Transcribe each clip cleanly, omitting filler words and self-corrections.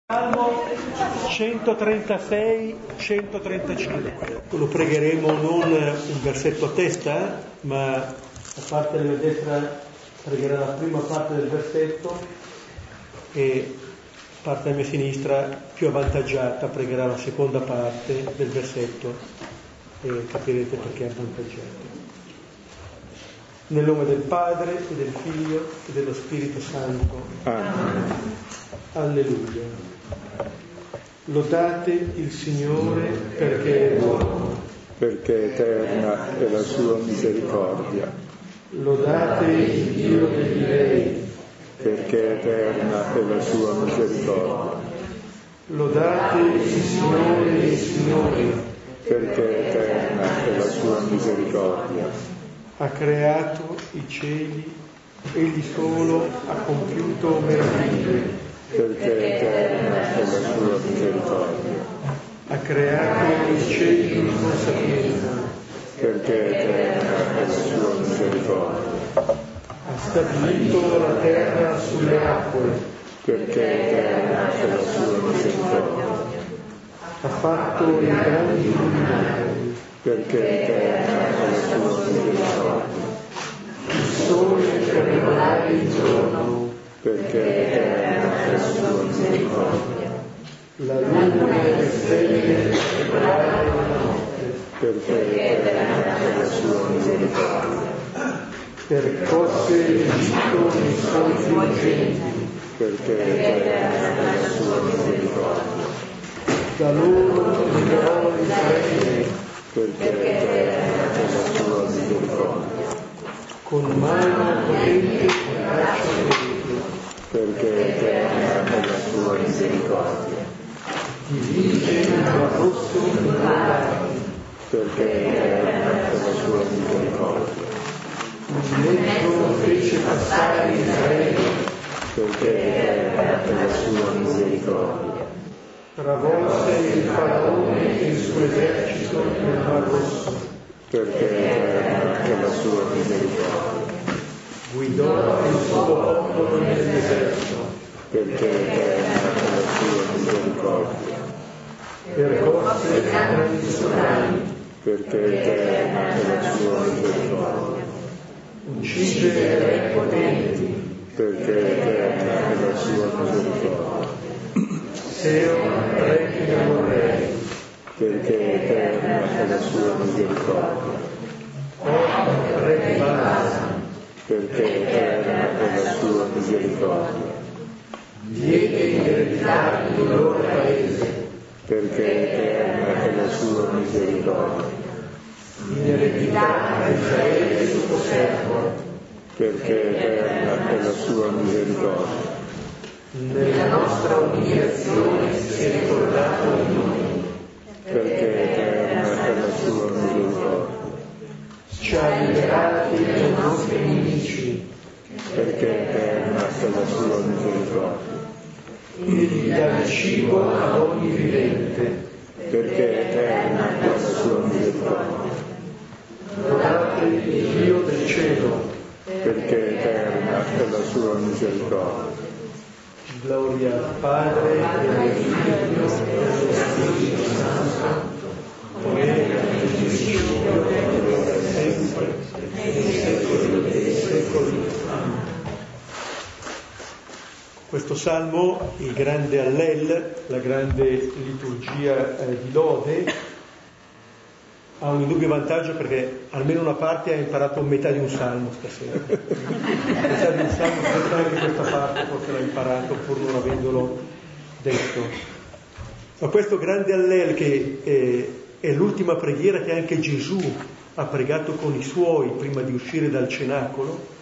Salmo 136-135. Lo pregheremo non un versetto a testa, ma la parte della destra pregherà la prima parte del versetto e la parte della mia sinistra, più avvantaggiata, pregherà la seconda parte del versetto e capirete perché è avvantaggiata. Nel nome del Padre e del Figlio e dello Spirito Santo. Amen. Alleluia. Lodate il Signore perché è buono, perché eterna è la sua misericordia. Lodate il Dio degli dei, perché eterna è la sua misericordia. Lodate il Signore dei Signori, perché eterna è la sua misericordia. Ha creato i cieli, egli solo ha compiuto meraviglie, perché eterna è la sua misericordia. Ha creato i cieli con sapienza, perché eterna è la sua misericordia. Ha stabilito la terra sulle acque, perché eterna è la sua misericordia. Ha fatto i grandi luminari, perché eterna è la sua misericordia. Il sole per regolare il giorno, perché eterna è la sua misericordia. La luna e le stelle per regolare la notte, perché eterna è la sua misericordia. Percosse l'Egitto nei suoi fuggenti, perché eterna è la sua misericordia. Da loro liberò Israele, perché eterna è la sua misericordia. con mano potente e braccia vere, perché eterna è la sua misericordia. divide il Mar Rosso in due lati, perché eterna è la sua misericordia. in mezzo fece passare Israele, perché eterna è la sua misericordia. travolse il faraone e il suo esercito nel Mar Rosso, perché eterna è la sua misericordia. guidò il suo popolo nel deserto, perché eterna è la sua misericordia. percorse i grandi solani, perché eterna è la sua misericordia. uccise i re potenti, perché eterna è la sua misericordia. Seon, re degli amorrei, perché eterna è la sua misericordia. Og, re di Basan, perché eterna è la sua misericordia. diede in eredità il loro paese, perché eterna è la sua misericordia. in eredità a Israele suo servo, perché eterna è la sua misericordia. nella nostra umiliazione si è ricordato di noi, perché eterna è la sua misericordia. ci ha liberati dai nostri nemici, perché eterna è la sua misericordia. egli dà il cibo ad ogni vivente, perché eterna è la sua misericordia. lodate il Dio del cielo, perché eterna è la sua misericordia. gloria al Padre e al Figlio e allo Spirito Santo, come era nel principio e ora e sempre, nei secoli dei secoli. Amen. Questo salmo, il grande Allel, la grande liturgia di lode, ha un indubbio vantaggio perché almeno una parte ha imparato metà di un salmo stasera. Metà di un salmo, forse anche questa parte forse l'ha imparato pur non avendolo detto. Ma questo grande Allel, che è l'ultima preghiera che anche Gesù ha pregato con i suoi prima di uscire dal cenacolo,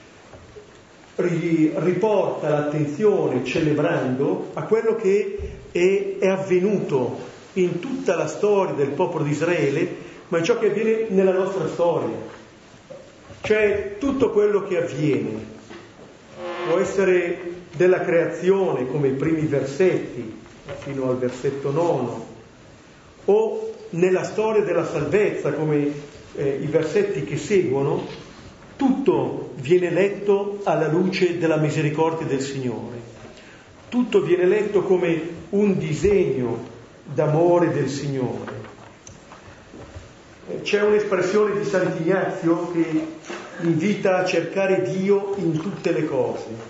riporta l'attenzione, celebrando, a quello che è avvenuto in tutta la storia del popolo di Israele, ma in ciò che avviene nella nostra storia. Cioè tutto quello che avviene può essere della creazione, come i primi versetti fino al versetto 9, o nella storia della salvezza, come i versetti che seguono. Tutto viene letto alla luce della misericordia del Signore. Tutto viene letto come un disegno d'amore del Signore. C'è un'espressione di Sant'Ignazio che invita a cercare Dio in tutte le cose.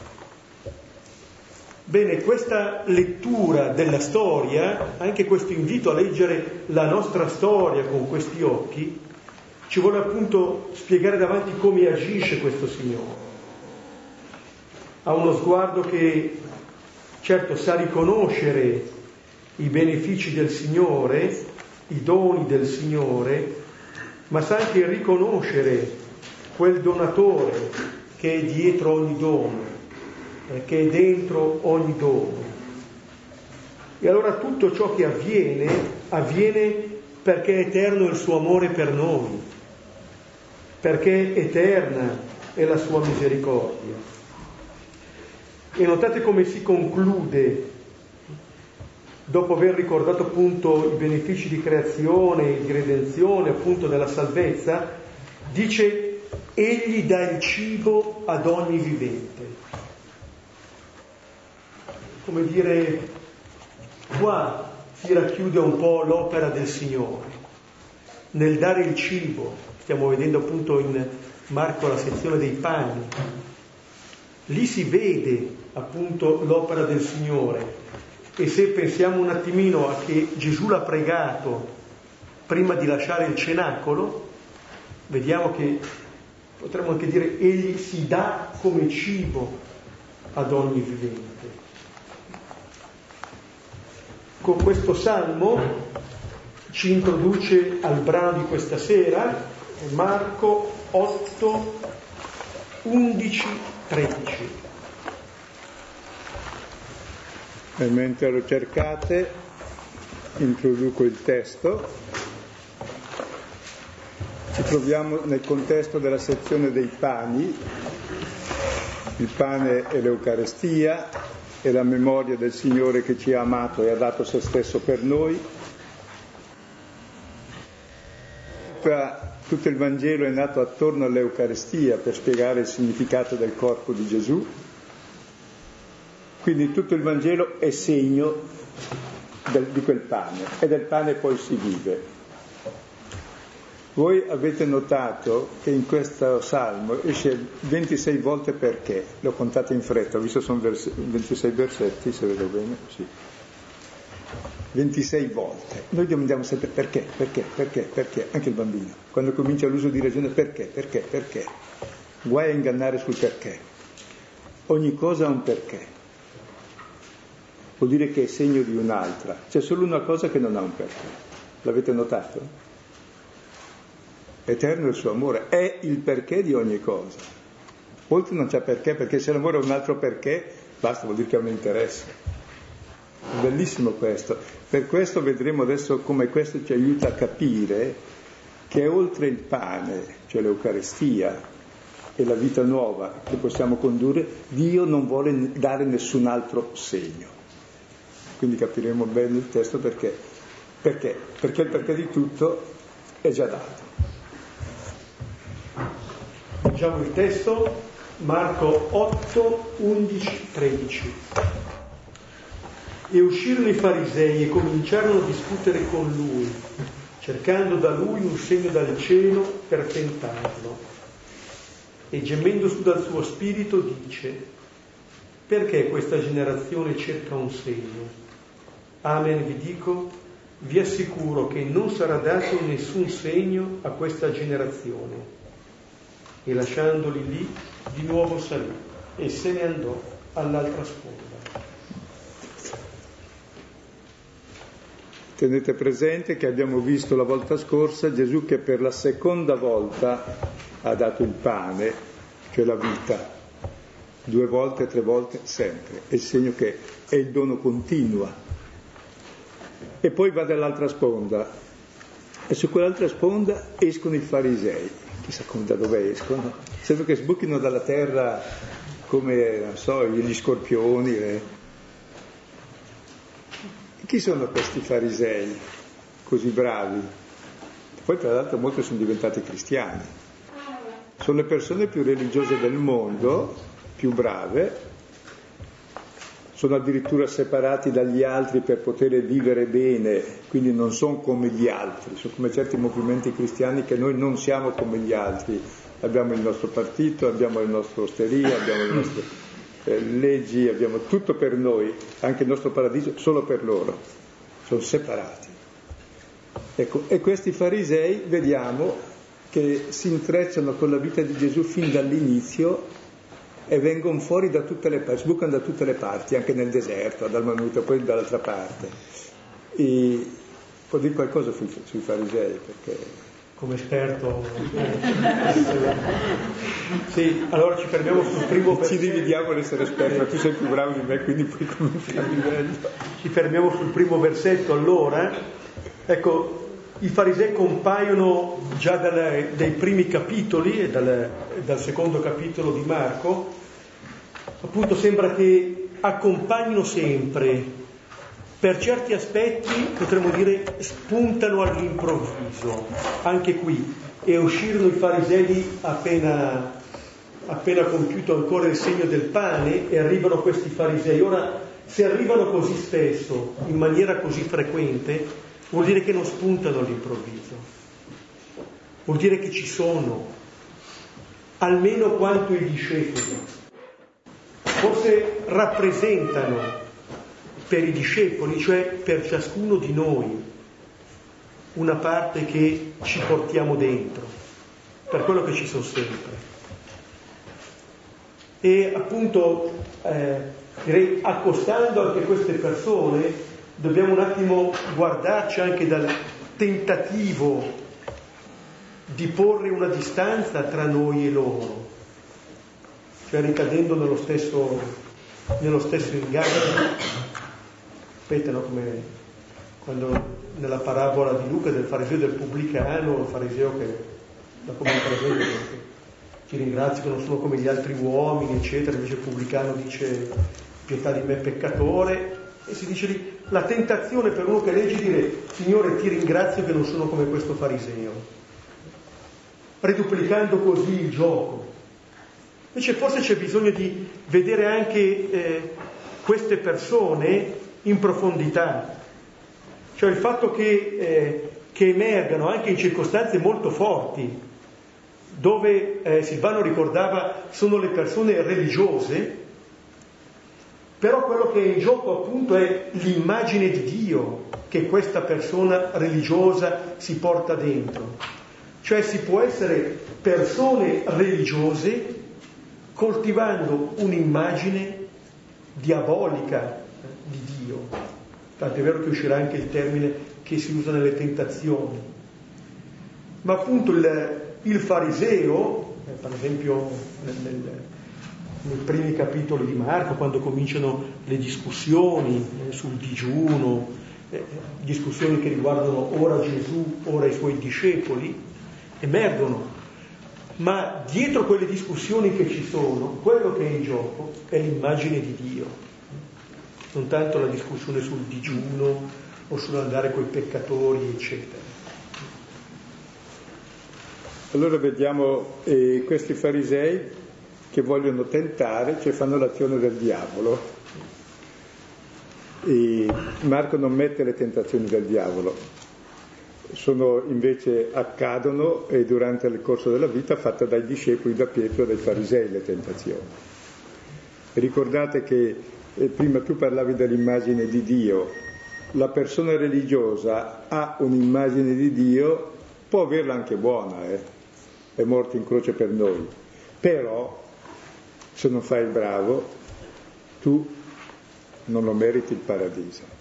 Bene, questa lettura della storia, anche questo invito a leggere la nostra storia con questi occhi, ci vuole appunto spiegare davanti come agisce questo Signore. Ha uno sguardo che certo sa riconoscere i benefici del Signore, i doni del Signore, ma sa anche riconoscere quel donatore che è dietro ogni dono, che è dentro ogni dono. E allora tutto ciò che avviene perché è eterno il suo amore per noi, perché eterna è la sua misericordia. E notate come si conclude, dopo aver ricordato appunto i benefici di creazione, di redenzione, appunto della salvezza, dice: egli dà il cibo ad ogni vivente. Come dire, qua si racchiude un po' l'opera del Signore, nel dare il cibo. Stiamo vedendo appunto in Marco la sezione dei pani. Lì si vede appunto l'opera del Signore. E se pensiamo un attimino a che Gesù l'ha pregato prima di lasciare il cenacolo, vediamo che potremmo anche dire egli si dà come cibo ad ogni vivente. Con questo salmo ci introduce al brano di questa sera, Marco 8, 11, 13. E mentre lo cercate, introduco il testo. Ci troviamo nel contesto della sezione dei pani. Il pane è l'Eucarestia, è la memoria del Signore che ci ha amato e ha dato se stesso per noi. Tutto il Vangelo è nato attorno all'Eucarestia per spiegare il significato del corpo di Gesù. Quindi tutto il Vangelo è segno di quel pane, e del pane poi si vive. Voi avete notato che in questo salmo esce 26 volte perché, l'ho contato in fretta, ho visto sono 26 versetti, se vedo bene, sì. 26 volte. Noi domandiamo sempre perché, anche il bambino. Quando comincia l'uso di ragione, perché. Guai a ingannare sul perché. Ogni cosa ha un perché. Vuol dire che è segno di un'altra. C'è solo una cosa che non ha un perché. L'avete notato? Eterno è il suo amore, è il perché di ogni cosa. Oltre non c'è perché se l'amore è un altro perché, basta, vuol dire che a me interessa. È bellissimo questo. Per questo vedremo adesso come questo ci aiuta a capire che oltre il pane, cioè l'Eucarestia, e la vita nuova che possiamo condurre, Dio non vuole dare nessun altro segno. Quindi capiremo bene il testo perché il perché di tutto è già dato. Leggiamo il testo, Marco 8, 11, 13. E uscirono i farisei e cominciarono a discutere con lui, cercando da lui un segno dal cielo per tentarlo. E gemendo su dal suo spirito dice: perché questa generazione cerca un segno? Amen, vi dico, vi assicuro che non sarà dato nessun segno a questa generazione. E lasciandoli lì, di nuovo salì e se ne andò all'altra sponda. Tenete presente che abbiamo visto la volta scorsa Gesù che per la seconda volta ha dato il pane, cioè la vita. 2 volte, 3 volte, sempre. È il segno che è il dono continua. E poi va dall'altra sponda. E su quell'altra sponda escono i farisei. Chissà da dove escono. Sembra che sbuchino dalla terra come, non so, gli scorpioni. Chi sono questi farisei così bravi? Poi tra l'altro molti sono diventati cristiani. Sono le persone più religiose del mondo, più brave, sono addirittura separati dagli altri per poter vivere bene, quindi non sono come gli altri, sono come certi movimenti cristiani che noi non siamo come gli altri, abbiamo il nostro partito, abbiamo la nostra osteria, abbiamo le nostre leggi, abbiamo tutto per noi, anche il nostro paradiso solo per loro, sono separati. Ecco, e questi farisei vediamo che si intrecciano con la vita di Gesù fin dall'inizio e vengono fuori da tutte le parti, sbucano da tutte le parti, anche nel deserto, ad Almanuta, poi dall'altra parte. E può dire qualcosa sui farisei, perché... Come esperto. Sì, allora ci fermiamo sul primo versetto. Ci dividiamo l'essere esperti, ma tu sei più bravo di me, quindi puoi commentare meglio. Ci fermiamo sul primo versetto, allora. Ecco, i farisei compaiono già dai primi capitoli e dal secondo capitolo di Marco. Appunto sembra che accompagnino sempre, per certi aspetti potremmo dire spuntano all'improvviso, anche qui, e uscirono i farisei appena compiuto ancora il segno del pane, e arrivano questi farisei. Ora, se arrivano così spesso, in maniera così frequente, vuol dire che non spuntano all'improvviso, vuol dire che ci sono, almeno quanto i discepoli. Forse rappresentano per i discepoli, cioè per ciascuno di noi, una parte che ci portiamo dentro, per quello che ci sono sempre. E appunto, direi, accostando anche queste persone, dobbiamo un attimo guardarci anche dal tentativo di porre una distanza tra noi e loro, cioè ricadendo nello stesso inganno. Sapete, no? Come quando nella parabola di Luca del fariseo e del pubblicano, il fariseo che da come presente, ti ringrazio che non sono come gli altri uomini, eccetera, invece il pubblicano dice pietà di me peccatore, e si dice lì la tentazione per uno che legge di dire Signore ti ringrazio che non sono come questo fariseo, riduplicando così il gioco. Invece forse c'è bisogno di vedere anche queste persone in profondità, cioè il fatto che emergano anche in circostanze molto forti, dove Silvano ricordava sono le persone religiose, però quello che è in gioco appunto è l'immagine di Dio che questa persona religiosa si porta dentro. Cioè si può essere persone religiose coltivando un'immagine diabolica di Dio, tanto è vero che uscirà anche il termine che si usa nelle tentazioni. Ma appunto il fariseo, per esempio nei primi capitoli di Marco, quando cominciano le discussioni sul digiuno, discussioni che riguardano ora Gesù, ora i suoi discepoli, emergono. Ma dietro quelle discussioni che ci sono, quello che è in gioco è l'immagine di Dio, non tanto la discussione sul digiuno o sull'andare coi peccatori, eccetera. Allora vediamo questi farisei che vogliono tentare, cioè fanno l'azione del diavolo. E Marco non mette le tentazioni del diavolo, accadono e durante il corso della vita fatta dai discepoli, da Pietro e dai farisei le tentazioni. Ricordate che prima tu parlavi dell'immagine di Dio, la persona religiosa ha un'immagine di Dio, può averla anche buona, è morto in croce per noi, però se non fai il bravo tu non lo meriti il paradiso.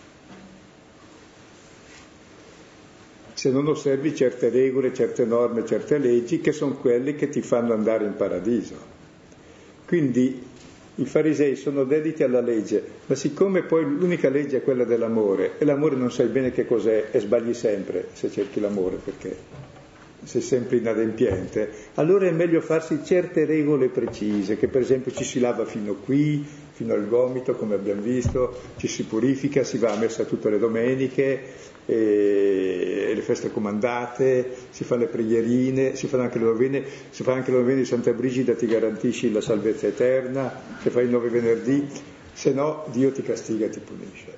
Se non osservi certe regole, certe norme, certe leggi, che sono quelle che ti fanno andare in paradiso. Quindi i farisei sono dediti alla legge, ma siccome poi l'unica legge è quella dell'amore, e l'amore non sai bene che cos'è, e sbagli sempre se cerchi l'amore, perché sei sempre inadempiente, allora è meglio farsi certe regole precise, che per esempio ci si lava fino qui, fino al gomito, come abbiamo visto, ci si purifica, si va a messa tutte le domeniche, e le feste comandate, si fanno le preghierine, si fanno anche le novene, di Santa Brigida, ti garantisci la salvezza eterna, se fai i 9 venerdì, se no Dio ti castiga e ti punisce.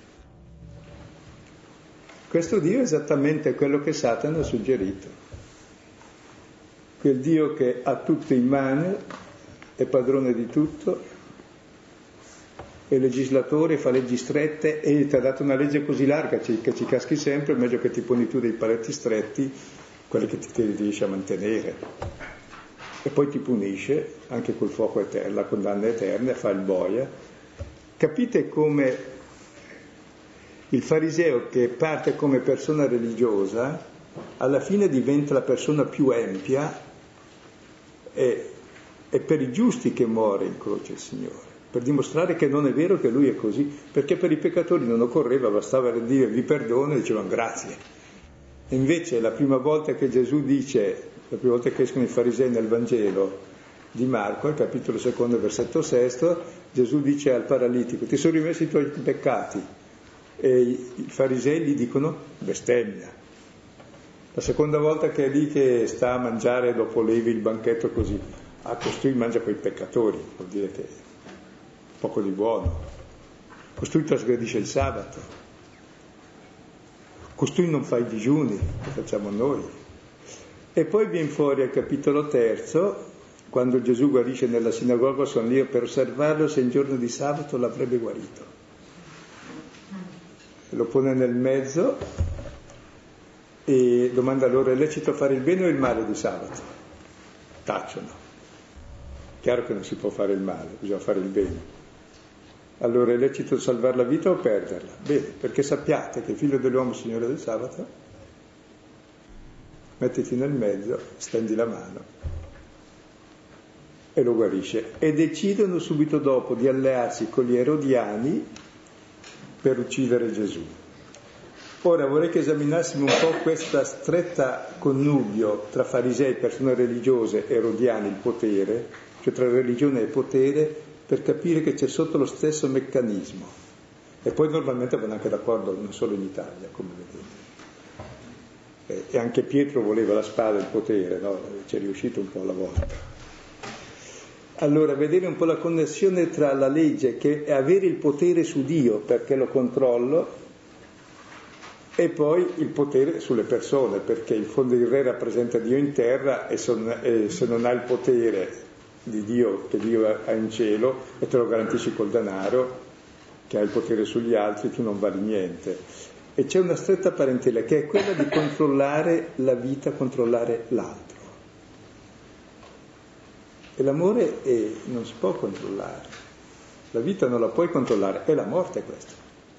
Questo Dio è esattamente quello che Satana ha suggerito. Quel Dio che ha tutto in mano, è padrone di tutto, è legislatore, fa leggi strette e ti ha dato una legge così larga che ci caschi sempre, è meglio che ti poni tu dei paletti stretti, quelli che ti riesci a mantenere. E poi ti punisce anche col fuoco eterno, la condanna eterna, fa il boia. Capite come il fariseo che parte come persona religiosa alla fine diventa la persona più empia e per i giusti che muore in croce il Signore, per dimostrare che non è vero che lui è così, perché per i peccatori non occorreva, bastava dire vi perdono e dicevano grazie. E invece la prima volta che Gesù dice, la prima volta che escono i farisei nel Vangelo di Marco, al capitolo 2, versetto 6, Gesù dice al paralitico ti sono rimessi i tuoi peccati, e i farisei gli dicono bestemmia. La seconda volta che è lì che sta a mangiare dopo Levi il banchetto così, costui mangia coi peccatori, vuol dire che poco di buono, costui trasgredisce il sabato, costui non fa i digiuni che facciamo noi. E poi viene fuori al capitolo 3, quando Gesù guarisce nella sinagoga, sono io per osservarlo se in giorno di sabato l'avrebbe guarito. Lo pone nel mezzo e domanda loro: è lecito fare il bene o il male di sabato? Tacciono. Chiaro che non si può fare il male, bisogna fare il bene. Allora è lecito salvare la vita o perderla? Bene, perché sappiate che il figlio dell'uomo è Signore del sabato, mettiti nel mezzo, stendi la mano e lo guarisce. E decidono subito dopo di allearsi con gli erodiani per uccidere Gesù. Ora vorrei che esaminassimo un po' questa stretta connubio tra farisei, persone religiose, e erodiani, il potere, cioè tra religione e potere, per capire che c'è sotto lo stesso meccanismo. E poi normalmente vanno anche d'accordo, non solo in Italia, come vedete. E anche Pietro voleva la spada e il potere, no? Ci è riuscito un po' alla volta. Allora, vedere un po' la connessione tra la legge, che è avere il potere su Dio perché lo controllo, e poi il potere sulle persone, perché in fondo il re rappresenta Dio in terra e se non ha il potere di Dio che Dio ha in cielo e te lo garantisci col denaro, che ha il potere sugli altri, tu non vali niente. E c'è una stretta parentela che è quella di controllare la vita, controllare l'altro. E l'amore non si può controllare, la vita non la puoi controllare, è la morte questa.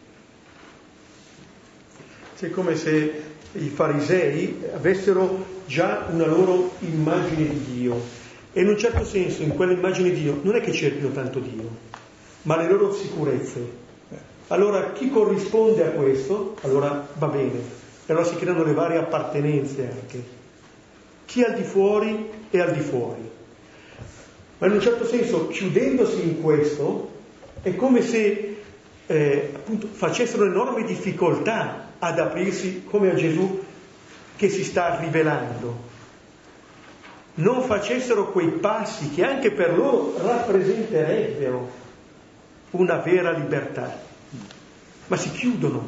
È come se i farisei avessero già una loro immagine di Dio, e in un certo senso in quell'immagine di Dio non è che cerchino tanto Dio, ma le loro sicurezze. Allora chi corrisponde a questo, allora va bene, e allora si creano le varie appartenenze anche. Chi è al di fuori è al di fuori. Ma in un certo senso, chiudendosi in questo, è come se appunto facessero enormi difficoltà ad aprirsi come a Gesù che si sta rivelando. Non facessero quei passi che anche per loro rappresenterebbero una vera libertà, ma si chiudono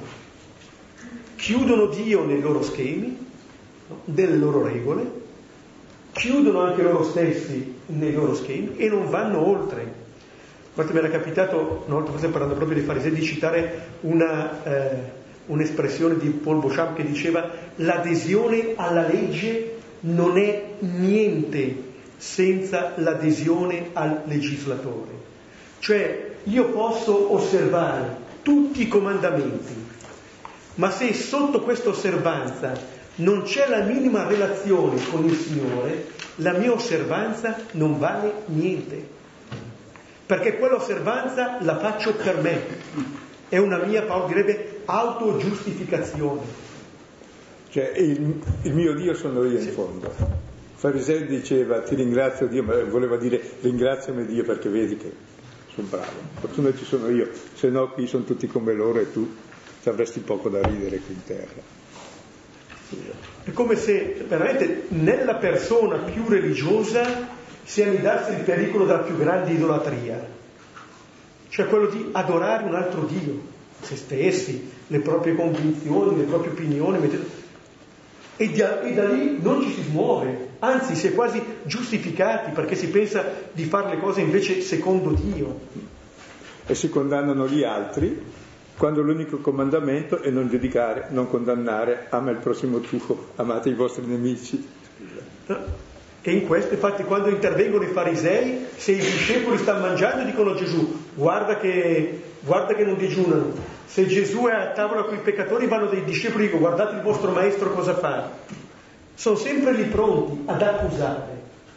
Dio nei loro schemi, no? Delle loro regole, chiudono anche loro stessi nei loro schemi e non vanno oltre. Guardate, mi era capitato una volta, forse parlando proprio dei farisei, di citare un'espressione di Paul Beauchamp che diceva: l'adesione alla legge non è niente senza l'adesione al legislatore. Cioè io posso osservare tutti i comandamenti, ma se sotto questa osservanza non c'è la minima relazione con il Signore, la mia osservanza non vale niente, perché quell'osservanza la faccio per me, è una mia, Paolo direbbe, autogiustificazione. Cioè il mio Dio sono io in fondo. Il fariseo diceva ti ringrazio Dio, ma voleva dire ringraziami Dio perché vedi che sono bravo, fortuna ci sono io, se no qui sono tutti come loro e tu ci avresti poco da ridere qui in terra. È come se veramente nella persona più religiosa si annidasse il pericolo della più grande idolatria. cioè quello di adorare un altro Dio, se stessi, le proprie convinzioni, le proprie opinioni, e da lì non ci si muove, anzi si è quasi giustificati perché si pensa di fare le cose invece secondo Dio. E si condannano gli altri quando l'unico comandamento è non giudicare, non condannare, ama il prossimo tuo, amate i vostri nemici. E in questo, infatti, quando intervengono i farisei, se i discepoli stanno mangiando dicono a Gesù, guarda che non digiunano. Se Gesù è a tavola con i peccatori vanno dei discepoli e dicono, guardate il vostro maestro cosa fa. Sono sempre lì pronti ad accusare.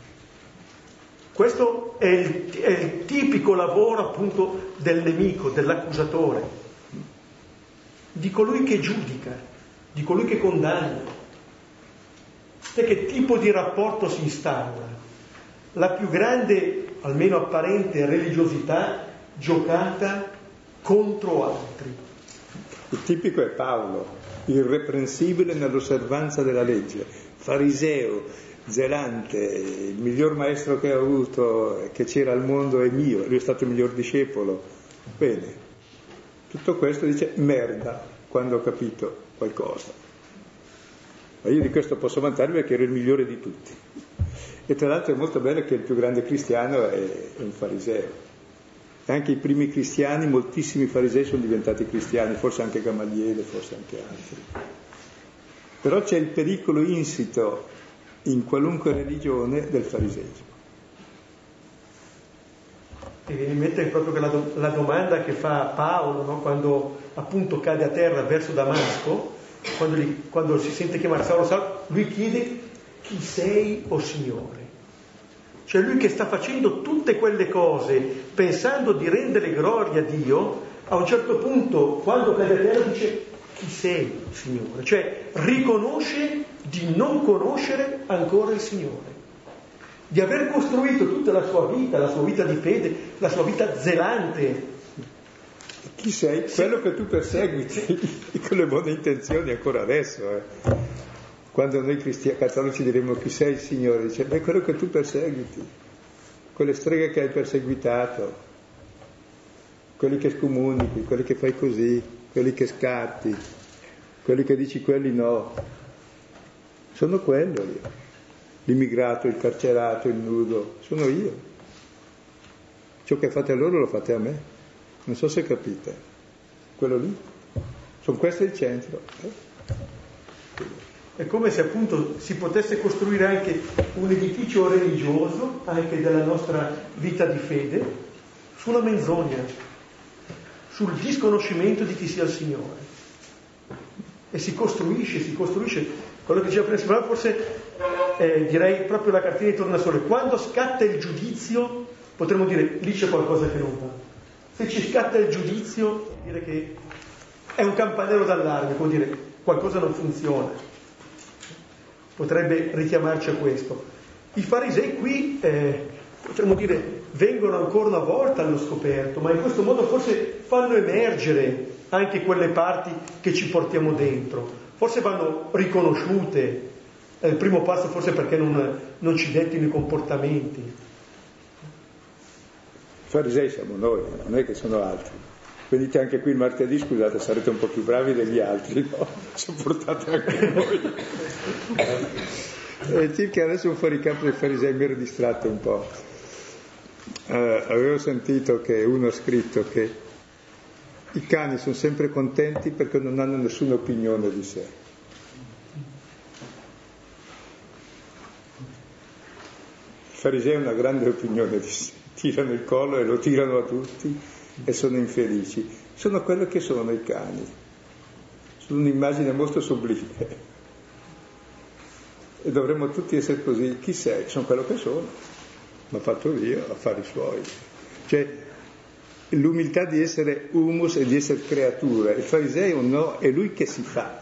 Questo è il tipico lavoro appunto del nemico, dell'accusatore, di colui che giudica, di colui che condanna. Che tipo di rapporto si instaura? La più grande, almeno apparente, religiosità giocata contro altri. Il tipico è Paolo, irreprensibile nell'osservanza della legge, fariseo, zelante, il miglior maestro che ho avuto, che c'era al mondo è mio, lui è stato il miglior discepolo. Bene, tutto questo dice merda quando ho capito qualcosa. Ma io di questo posso vantarmi perché ero il migliore di tutti. E tra l'altro è molto bello che il più grande cristiano è un fariseo. E anche i primi cristiani, moltissimi farisei sono diventati cristiani, forse anche Gamaliele, forse anche altri. Però c'è il pericolo insito in qualunque religione del farisesimo. E viene in mente proprio la domanda che fa Paolo, no? Quando appunto cade a terra verso Damasco, quando si sente chiamare Saulo, lui chiede chi sei, o Signore? Cioè lui che sta facendo tutte quelle cose pensando di rendere gloria a Dio, a un certo punto quando cade a terra dice chi sei, Signore? Cioè riconosce di non conoscere ancora il Signore, di aver costruito tutta la sua vita di fede, la sua vita zelante. Chi sei? Quello che tu perseguiti con le buone intenzioni ancora adesso. Quando noi cattolici diremo chi sei il Signore, dice, beh, quello che tu perseguiti, quelle streghe che hai perseguitato, quelli che scomunichi, quelli che fai così, quelli che scarti, quelli che dici quelli no, sono quello io. L'immigrato, il carcerato, il nudo, sono io. Ciò che fate a loro lo fate a me. Non so se capite, quello lì, questo è il centro. È come se appunto si potesse costruire anche un edificio religioso, anche della nostra vita di fede, sulla menzogna, sul disconoscimento di chi sia il Signore. E si costruisce, quello che diceva prima, forse direi proprio la cartina di tornasole, quando scatta il giudizio potremmo dire lì c'è qualcosa che non va. Se ci scatta il giudizio, dire che è un campanello d'allarme, vuol dire qualcosa non funziona. Potrebbe richiamarci a questo. I farisei qui, potremmo dire, vengono ancora una volta allo scoperto, ma in questo modo forse fanno emergere anche quelle parti che ci portiamo dentro. Forse vanno riconosciute. È il primo passo forse perché non ci dettino i comportamenti. I farisei siamo noi, non è che sono altri. Venite anche qui il martedì, scusate, sarete un po' più bravi degli altri, no? Sopportate anche voi. Circa adesso un fuoricampo dei farisei, mi ero distratto un po'. Avevo sentito che uno ha scritto che i cani sono sempre contenti perché non hanno nessuna opinione di sé. I farisei hanno una grande opinione di sé. Tirano il collo e lo tirano a tutti e sono infelici. Sono quello che sono i cani. Sono un'immagine molto sublime. E dovremmo tutti essere così. Chi sei? Sono quello che sono. L'ho fatto Dio, affari suoi. Cioè, l'umiltà di essere humus e di essere creatura. Il fariseo no, è lui che si fa,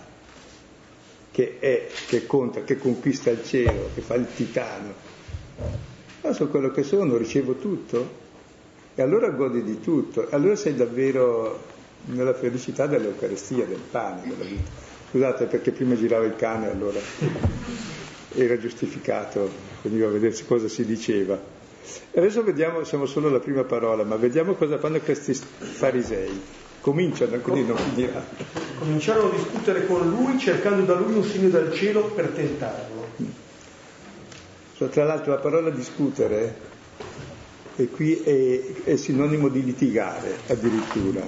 che conta, che conquista il cielo, che fa il titano. Ma sono quello che sono, ricevo tutto e allora godi di tutto, allora sei davvero nella felicità dell'Eucaristia, del pane, della vita. Scusate, perché prima girava il cane, allora era giustificato, veniva a vedersi cosa si diceva. Adesso vediamo, siamo solo alla prima parola, ma vediamo cosa fanno questi farisei. Cominciano, quindi non finirà. Cominciarono a discutere con lui, cercando da lui un segno dal cielo per tentarlo. Tra l'altro la parola discutere e qui è sinonimo di litigare addirittura.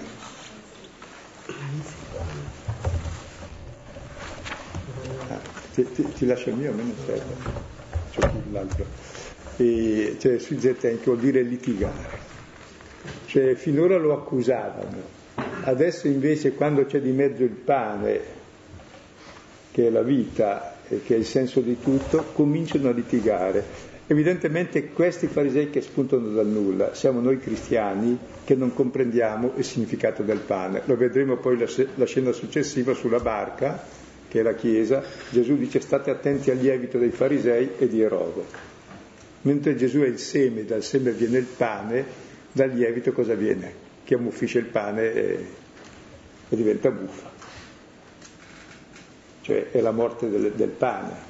Ti lascio il mio, a me non serve, c'ho qui l'altro. Cioè sui Zeten, che vuol dire litigare. Cioè finora lo accusavano, adesso invece quando c'è di mezzo il pane, che è la vita e che è il senso di tutto, cominciano a litigare. Evidentemente questi farisei che spuntano dal nulla siamo noi cristiani che non comprendiamo il significato del pane. Lo vedremo poi la scena successiva sulla barca, che è la Chiesa. Gesù dice: state attenti al lievito dei farisei e di Erode. Mentre Gesù è il seme, dal seme viene il pane, dal lievito cosa viene? Che ammuffisce il pane e diventa buffa. Cioè è la morte del pane.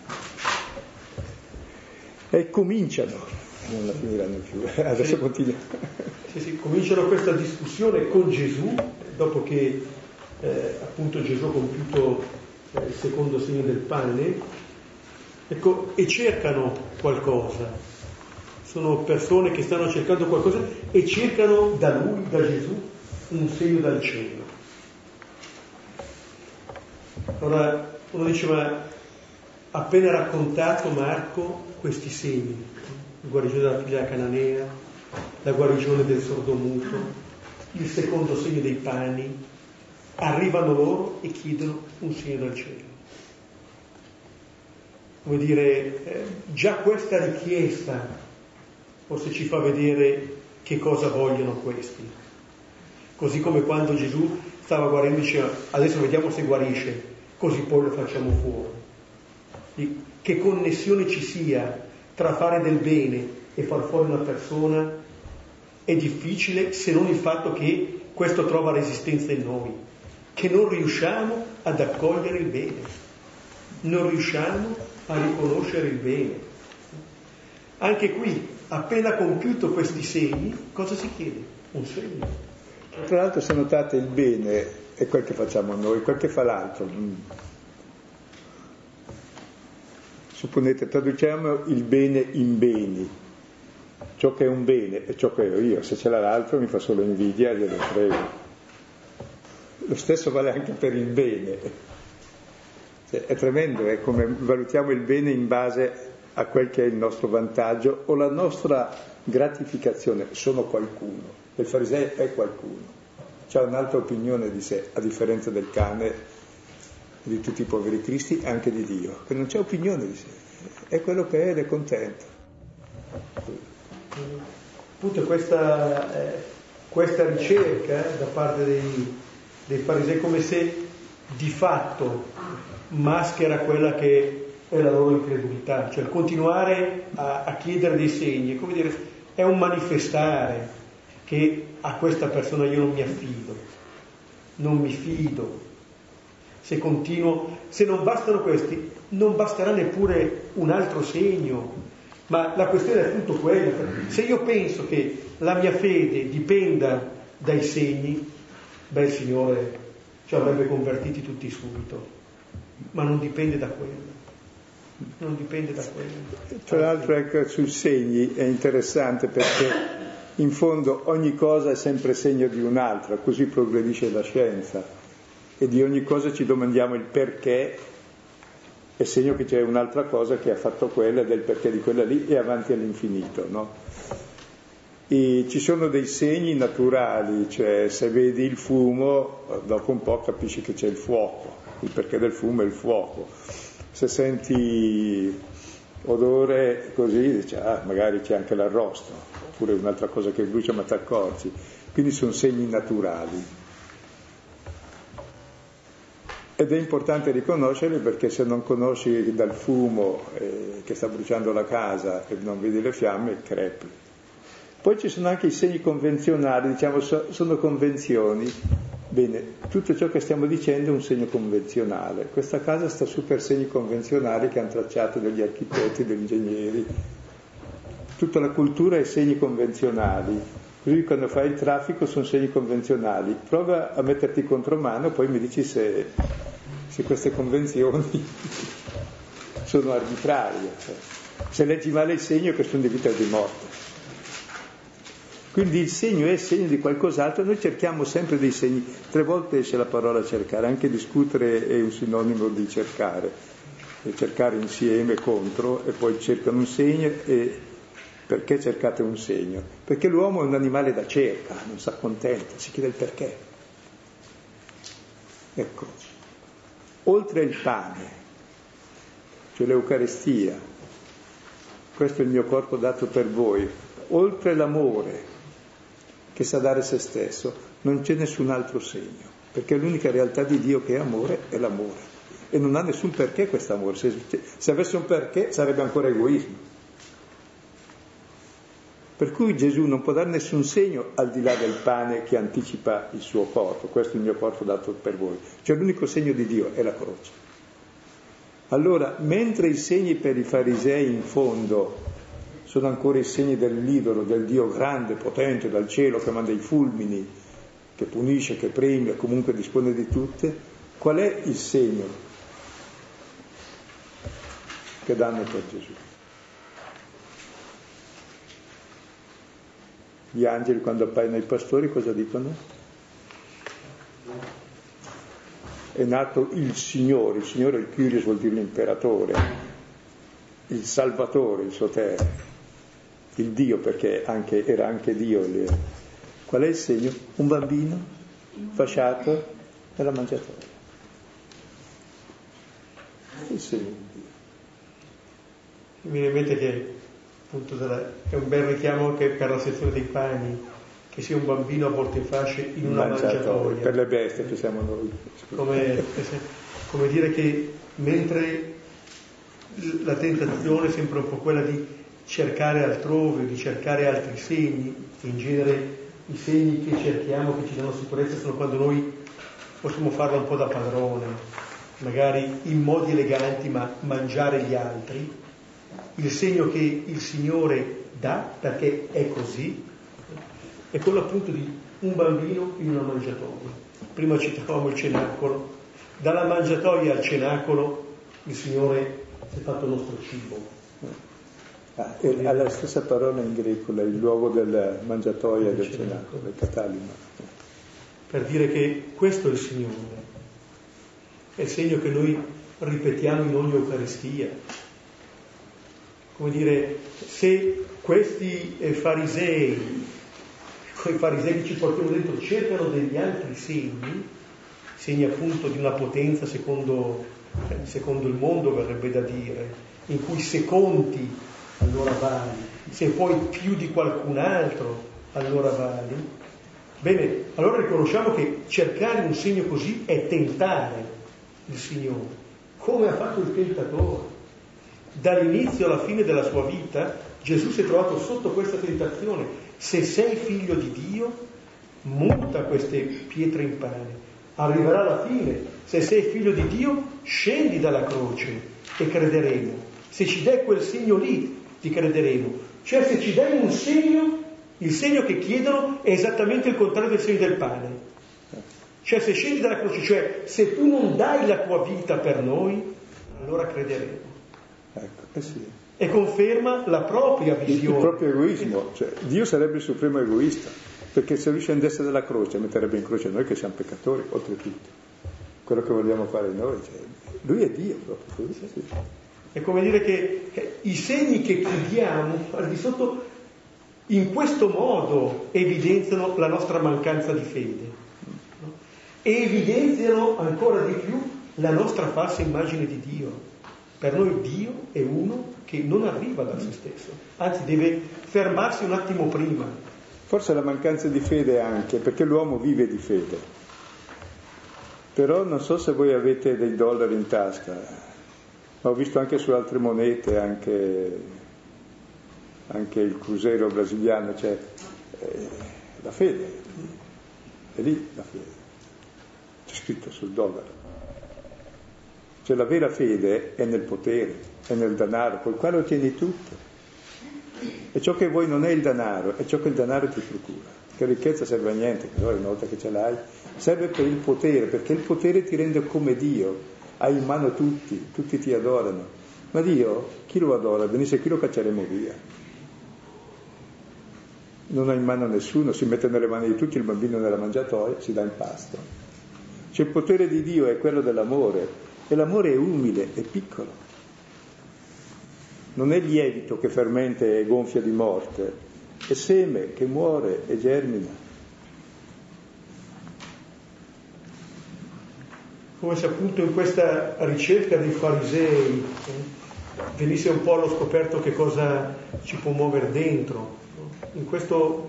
E cominciano, non la finiranno più, adesso continua. Sì, cominciano questa discussione con Gesù, dopo che appunto Gesù ha compiuto il secondo segno del pane, ecco, e cercano qualcosa. Sono persone che stanno cercando qualcosa e cercano da lui, da Gesù, un segno dal cielo. Allora uno dice: ma appena raccontato Marco questi segni, la guarigione della figlia cananea, la guarigione del sordomuto, il secondo segno dei pani, arrivano loro e chiedono un segno dal cielo. Vuol dire, già questa richiesta forse ci fa vedere che cosa vogliono questi. Così come quando Gesù stava guarendo, diceva: adesso vediamo se guarisce, così poi lo facciamo fuori. Che connessione ci sia tra fare del bene e far fuori una persona è difficile, se non il fatto che questo trova resistenza in noi, che non riusciamo ad accogliere il bene, non riusciamo a riconoscere il bene. Anche qui, appena compiuto questi segni, cosa si chiede? Un segno. Tra l'altro, se notate, il bene è quel che facciamo noi, quel che fa l'altro. Supponete, traduciamo il bene in beni, ciò che è un bene è ciò che ho io, se ce l'ha l'altro mi fa solo invidia, glielo prego. Lo stesso vale anche per il bene, cioè, è tremendo, è come valutiamo il bene in base a quel che è il nostro vantaggio o la nostra gratificazione. Sono qualcuno, il fariseo è qualcuno, c'ha un'altra opinione di sé, a differenza del cane, di tutti i poveri cristi, anche di Dio, che non c'è opinione di sé, è quello che è ed è contento. Appunto questa ricerca da parte dei farisei, come se di fatto maschera quella che è la loro incredulità, cioè continuare a chiedere dei segni, come dire, è un manifestare che a questa persona io non mi affido, non mi fido. Se continuo, se non bastano questi, non basterà neppure un altro segno. Ma la questione è appunto quella: se io penso che la mia fede dipenda dai segni, il Signore ci avrebbe convertiti tutti subito, ma non dipende da quello. Non dipende da quello. Tra l'altro, ecco, sui segni è interessante perché in fondo ogni cosa è sempre segno di un'altra, così progredisce la scienza. E di ogni cosa ci domandiamo il perché, è segno che c'è un'altra cosa che ha fatto quella, ed è il perché di quella lì, e avanti all'infinito, no? E ci sono dei segni naturali, cioè se vedi il fumo, dopo un po' capisci che c'è il fuoco, il perché del fumo è il fuoco. Se senti odore così, dici, magari c'è anche l'arrosto, oppure un'altra cosa che brucia, ma ti accorgi. Quindi sono segni naturali. Ed è importante riconoscerli, perché se non conosci dal fumo che sta bruciando la casa e non vedi le fiamme, crepi. Poi ci sono anche i segni convenzionali, diciamo, sono convenzioni. Bene, tutto ciò che stiamo dicendo è un segno convenzionale. Questa casa sta su per segni convenzionali che hanno tracciato degli architetti, degli ingegneri. tutta la cultura è segni convenzionali, così quando fai il traffico sono segni convenzionali. Prova a metterti contro mano, poi mi dici se queste convenzioni sono arbitrarie. Se leggi male il segno è questione di vita o di morte. Quindi il segno è segno di qualcos'altro, noi cerchiamo sempre dei segni. 3 volte esce la parola cercare, anche discutere è un sinonimo di cercare, e cercare insieme contro, e poi cercano un segno. E perché cercate un segno? Perché l'uomo è un animale da cerca, non si accontenta, si chiede il perché. Ecco, oltre il pane, cioè l'Eucaristia, questo è il mio corpo dato per voi, oltre l'amore che sa dare se stesso, non c'è nessun altro segno, perché l'unica realtà di Dio che è amore è l'amore, e non ha nessun perché questo amore. Se avesse un perché sarebbe ancora egoismo. Per cui Gesù non può dare nessun segno al di là del pane che anticipa il suo corpo. Questo è il mio corpo dato per voi. Cioè l'unico segno di Dio è la croce. Allora, mentre i segni per i farisei in fondo sono ancora i segni dell'idolo, del Dio grande, potente, dal cielo, che manda i fulmini, che punisce, che premia, comunque dispone di tutte, qual è il segno che danno per Gesù? Gli angeli, quando appaiono ai pastori, cosa dicono? È nato il Signore, il Kyrios vuol dire l'imperatore, il Salvatore, il Sotere, il Dio, perché era anche Dio. Qual è il segno? Un bambino fasciato nella mangiatoia. Il segno di Dio. Mi viene in mente che appunto è un bel richiamo anche per la sezione dei pani, che sia un bambino a volte in fasce in una mangiatoia. Per le bestie che siamo noi. Come dire che mentre la tentazione è sempre un po' quella di cercare altrove, di cercare altri segni, e in genere i segni che cerchiamo, che ci danno sicurezza, sono quando noi possiamo farlo un po' da padrone, magari in modi eleganti, ma mangiare gli altri. Il segno che il Signore dà, perché è così, è quello appunto di un bambino in una mangiatoia. Prima citavamo il cenacolo, dalla mangiatoia al cenacolo il Signore si è fatto il nostro cibo. Ha la stessa parola in greco, il luogo della mangiatoia e del cenacolo, del catalima. Per dire che questo è il Signore, è il segno che noi ripetiamo in ogni Eucaristia. Come dire, se questi farisei, quei farisei che ci portiamo dentro, cercano degli altri segni appunto di una potenza secondo il mondo, verrebbe da dire, in cui se conti allora vali, se poi più di qualcun altro allora vali, bene, allora riconosciamo che cercare un segno così è tentare il Signore, come ha fatto il tentatore. Dall'inizio alla fine della sua vita Gesù si è trovato sotto questa tentazione: se sei figlio di Dio, muta queste pietre in pane. Arriverà la fine: se sei figlio di Dio, scendi dalla croce e crederemo. Se ci dai quel segno lì, ti crederemo. Cioè, se ci dai un segno, il segno che chiedono è esattamente il contrario del segno del pane. Cioè, se scendi dalla croce, cioè se tu non dai la tua vita per noi, allora crederemo. Ecco, sì. E conferma la propria visione. Il proprio egoismo. Cioè, Dio sarebbe il supremo egoista, perché se lui scendesse dalla croce metterebbe in croce noi che siamo peccatori, oltretutto. Quello che vogliamo fare noi. Cioè, lui è Dio proprio. Sì. È come dire che i segni che chiediamo al di sotto in questo modo evidenziano la nostra mancanza di fede, no? E evidenziano ancora di più la nostra falsa immagine di Dio. Per noi Dio è uno che non arriva da se stesso, anzi deve fermarsi un attimo prima. Forse la mancanza di fede anche, perché l'uomo vive di fede. Però non so se voi avete dei dollari in tasca, ma ho visto anche su altre monete, anche il cruzeiro brasiliano, cioè la fede, è lì la fede, c'è scritto sul dollaro. Cioè la vera fede è nel potere, è nel denaro, col quale ottieni tutto. E ciò che vuoi non è il denaro, è ciò che il denaro ti procura. Che ricchezza serve a niente, però una volta che ce l'hai, serve per il potere, perché il potere ti rende come Dio, hai in mano tutti, tutti ti adorano. Ma Dio, chi lo adora? Venisse qui lo cacceremo via. Non ha in mano nessuno, si mette nelle mani di tutti il bambino nella mangiatoia, si dà in pasto. Cioè il potere di Dio è quello dell'amore, e l'amore è umile, è piccolo. Non è lievito che fermenta e gonfia di morte, è seme che muore e germina. Come se appunto in questa ricerca dei farisei venisse un po' allo scoperto che cosa ci può muovere dentro. In questo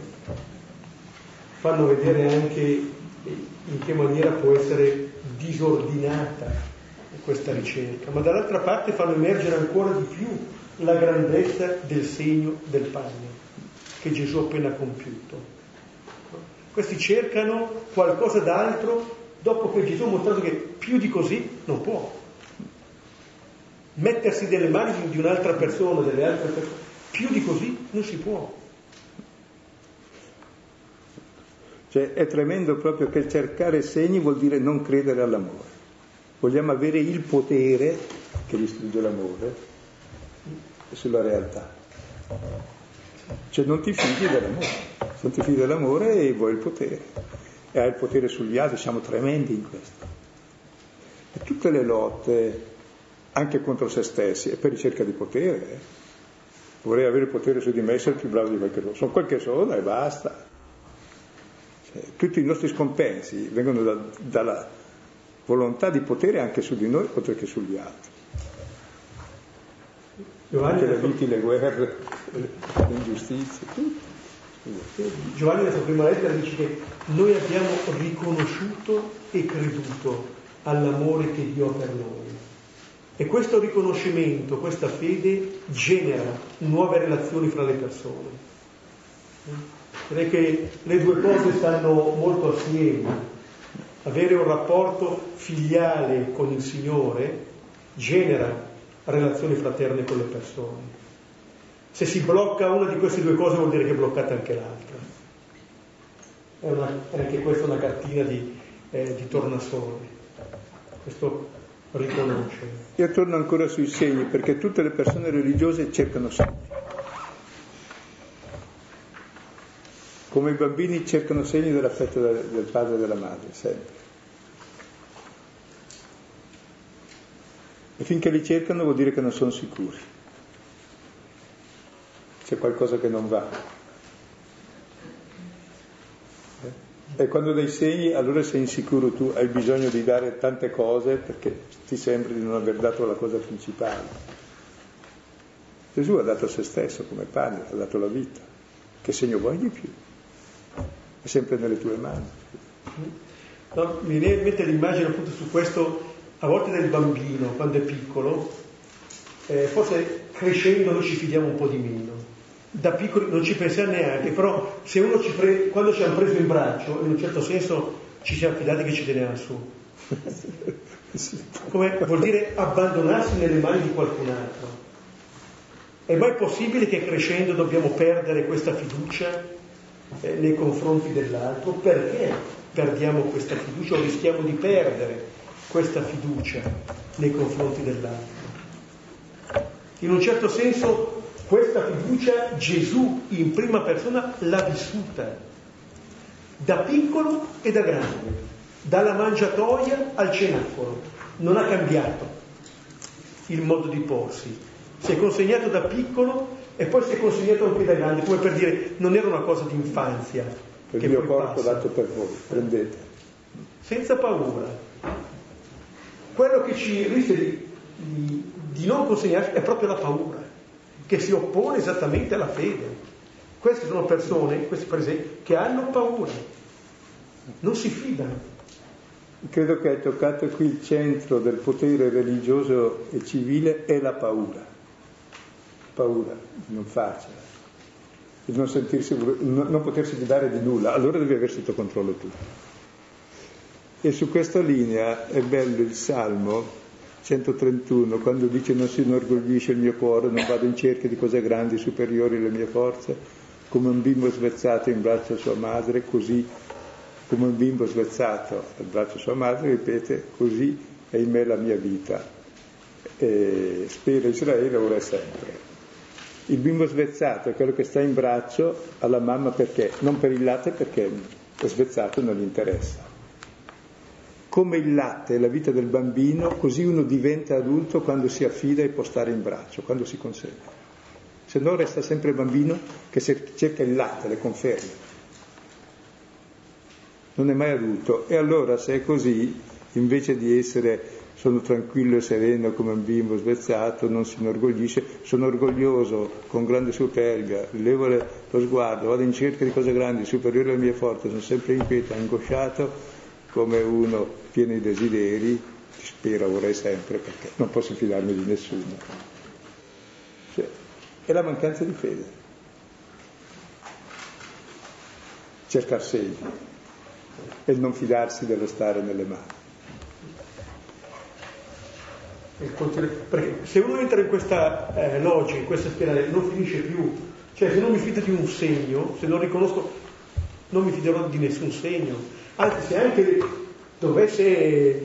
fanno vedere anche in che maniera può essere disordinata questa ricerca, ma dall'altra parte fanno emergere ancora di più la grandezza del segno del pane che Gesù ha appena compiuto. Questi cercano qualcosa d'altro dopo che Gesù ha mostrato che più di così non può. Mettersi nelle mani di un'altra persona, delle altre persone, più di così non si può. Cioè è tremendo proprio che cercare segni vuol dire non credere all'amore. Vogliamo avere il potere che distrugge l'amore sulla realtà. Cioè non ti fidi dell'amore, non ti fidi dell'amore e vuoi il potere. E hai il potere sugli altri, siamo tremendi in questo. E tutte le lotte, anche contro se stessi, è per ricerca di potere. Vorrei avere il potere su di me, essere più bravo di quel che sono. Sono quel che sono e basta. Cioè, tutti i nostri scompensi vengono dalla volontà di potere anche su di noi oltre che sugli altri. Anche le liti, le guerre, le ingiustizie, tutto. Giovanni nella sua prima lettera dice che noi abbiamo riconosciuto e creduto all'amore che Dio ha per noi. E questo riconoscimento, questa fede genera nuove relazioni fra le persone. Direi che le due cose stanno molto assieme. Avere un rapporto filiale con il Signore genera relazioni fraterne con le persone. Se si blocca una di queste due cose vuol dire che è bloccata anche l'altra. È anche questa una cartina di tornasole. Questo riconosce. Io torno ancora sui segni, perché tutte le persone religiose cercano segni. Come i bambini cercano segni dell'affetto del padre e della madre, sempre. E finché li cercano vuol dire che non sono sicuri. C'è qualcosa che non va. E quando dai segni, allora sei insicuro tu, hai bisogno di dare tante cose perché ti sembra di non aver dato la cosa principale. Gesù ha dato se stesso come padre, ha dato la vita. Che segno vuoi di più? È sempre nelle tue mani. No, mi viene in mente l'immagine appunto su questo, a volte del bambino, quando è piccolo, forse crescendo noi ci fidiamo un po' di meno. Da piccoli non ci pensiamo neanche, però se uno quando ci hanno preso in braccio, in un certo senso ci siamo fidati che ci tenevano su. Come vuol dire abbandonarsi nelle mani di qualcun altro. È mai possibile che crescendo dobbiamo perdere questa fiducia nei confronti dell'altro? Perché perdiamo questa fiducia o rischiamo di perdere questa fiducia nei confronti dell'altro? In un certo senso questa fiducia Gesù in prima persona l'ha vissuta da piccolo e da grande, dalla mangiatoia al cenacolo. Non ha cambiato il modo di porsi, si è consegnato da piccolo e poi si è consegnato anche da grande, come per dire non era una cosa di infanzia. Il mio corpo dato per voi, prendete. Senza paura. Quello che ci rischia di non consegnarci è proprio la paura, che si oppone esattamente alla fede. Queste sono persone, questi farisei, che hanno paura, non si fidano. Credo che hai toccato qui il centro del potere religioso e civile è la paura. Paura di non farcela, di non sentirsi, non potersi fidare di nulla, allora devi aver sotto controllo tutto. E su questa linea è bello il Salmo 131, quando dice non si inorgoglisce il mio cuore, non vado in cerca di cose grandi superiori alle mie forze, come un bimbo svezzato in braccio a sua madre, così come un bimbo svezzato al braccio a sua madre, ripete, così è in me la mia vita. E spera Israele ora e sempre. Il bimbo svezzato è quello che sta in braccio alla mamma perché? Non per il latte, perché lo svezzato non gli interessa. Come il latte è la vita del bambino, così uno diventa adulto quando si affida e può stare in braccio, quando si consegna. Se no resta sempre bambino che cerca il latte, le conferme. Non è mai adulto. E allora se è così, invece di essere sono tranquillo e sereno come un bimbo svezzato, non si inorgoglisce, sono orgoglioso, con grande superbia, levo lo sguardo, vado in cerca di cose grandi, superiori alle mie forze, sono sempre inquieto, angosciato, come uno pieno di desideri, spera ora e sempre, perché non posso fidarmi di nessuno. Cioè, è la mancanza di fede. Cercar segni e il non fidarsi dello stare nelle mani. Perché se uno entra in questa logica, in questa spirale, non finisce più. Cioè, se non mi fido di un segno, se non riconosco, non mi fiderò di nessun segno. Anzi, se anche dovesse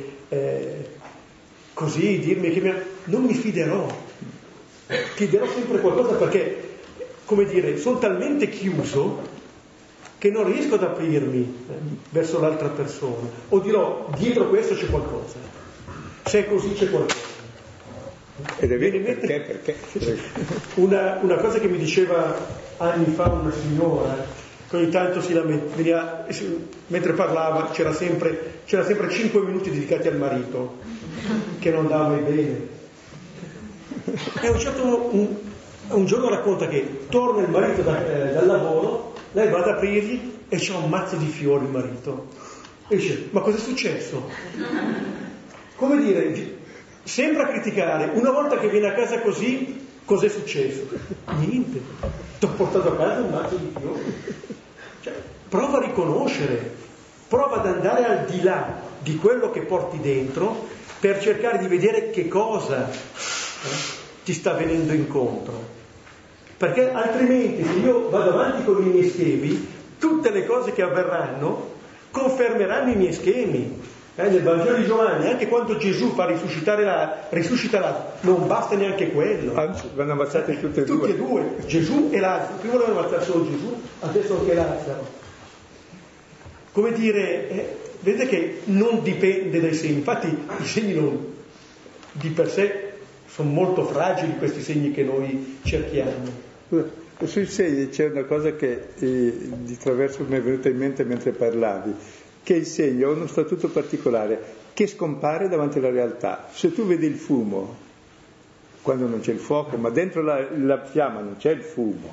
così dirmi che non mi fiderò. Chiederò sempre qualcosa perché, come dire, sono talmente chiuso che non riesco ad aprirmi verso l'altra persona. O dirò, dietro questo c'è qualcosa. Se è così c'è qualcosa. Ed è vero, perché? Una cosa che mi diceva anni fa una signora, che ogni tanto veniva, mentre parlava c'era sempre 5 minuti dedicati al marito, che non andava mai bene. E un giorno racconta che torna il marito dal lavoro, lei va ad aprirgli e c'ha un mazzo di fiori il marito. E dice, ma cosa è successo? Come dire, sembra criticare, una volta che viene a casa così, cos'è successo? Niente, ti ho portato a casa un mazzo di fiori. Cioè, prova a riconoscere, prova ad andare al di là di quello che porti dentro per cercare di vedere che cosa ti sta venendo incontro. Perché altrimenti, se io vado avanti con i miei schemi, tutte le cose che avverranno confermeranno i miei schemi. Nel Vangelo di Giovanni, anche quando Gesù fa risuscita Lazzaro, non basta neanche quello. Anzi, vanno ammazzati tutti e due, Gesù e Lazzaro. Prima volevano ammazzare solo Gesù, adesso anche Lazzaro. Come dire, vedete che non dipende dai segni. Infatti i segni non, di per sé sono molto fragili, questi segni che noi cerchiamo. Sui segni c'è una cosa che di traverso mi è venuta in mente mentre parlavi, che il segno ha uno statuto particolare che scompare davanti alla realtà. Se tu vedi il fumo quando non c'è il fuoco, ma dentro la fiamma non c'è il fumo,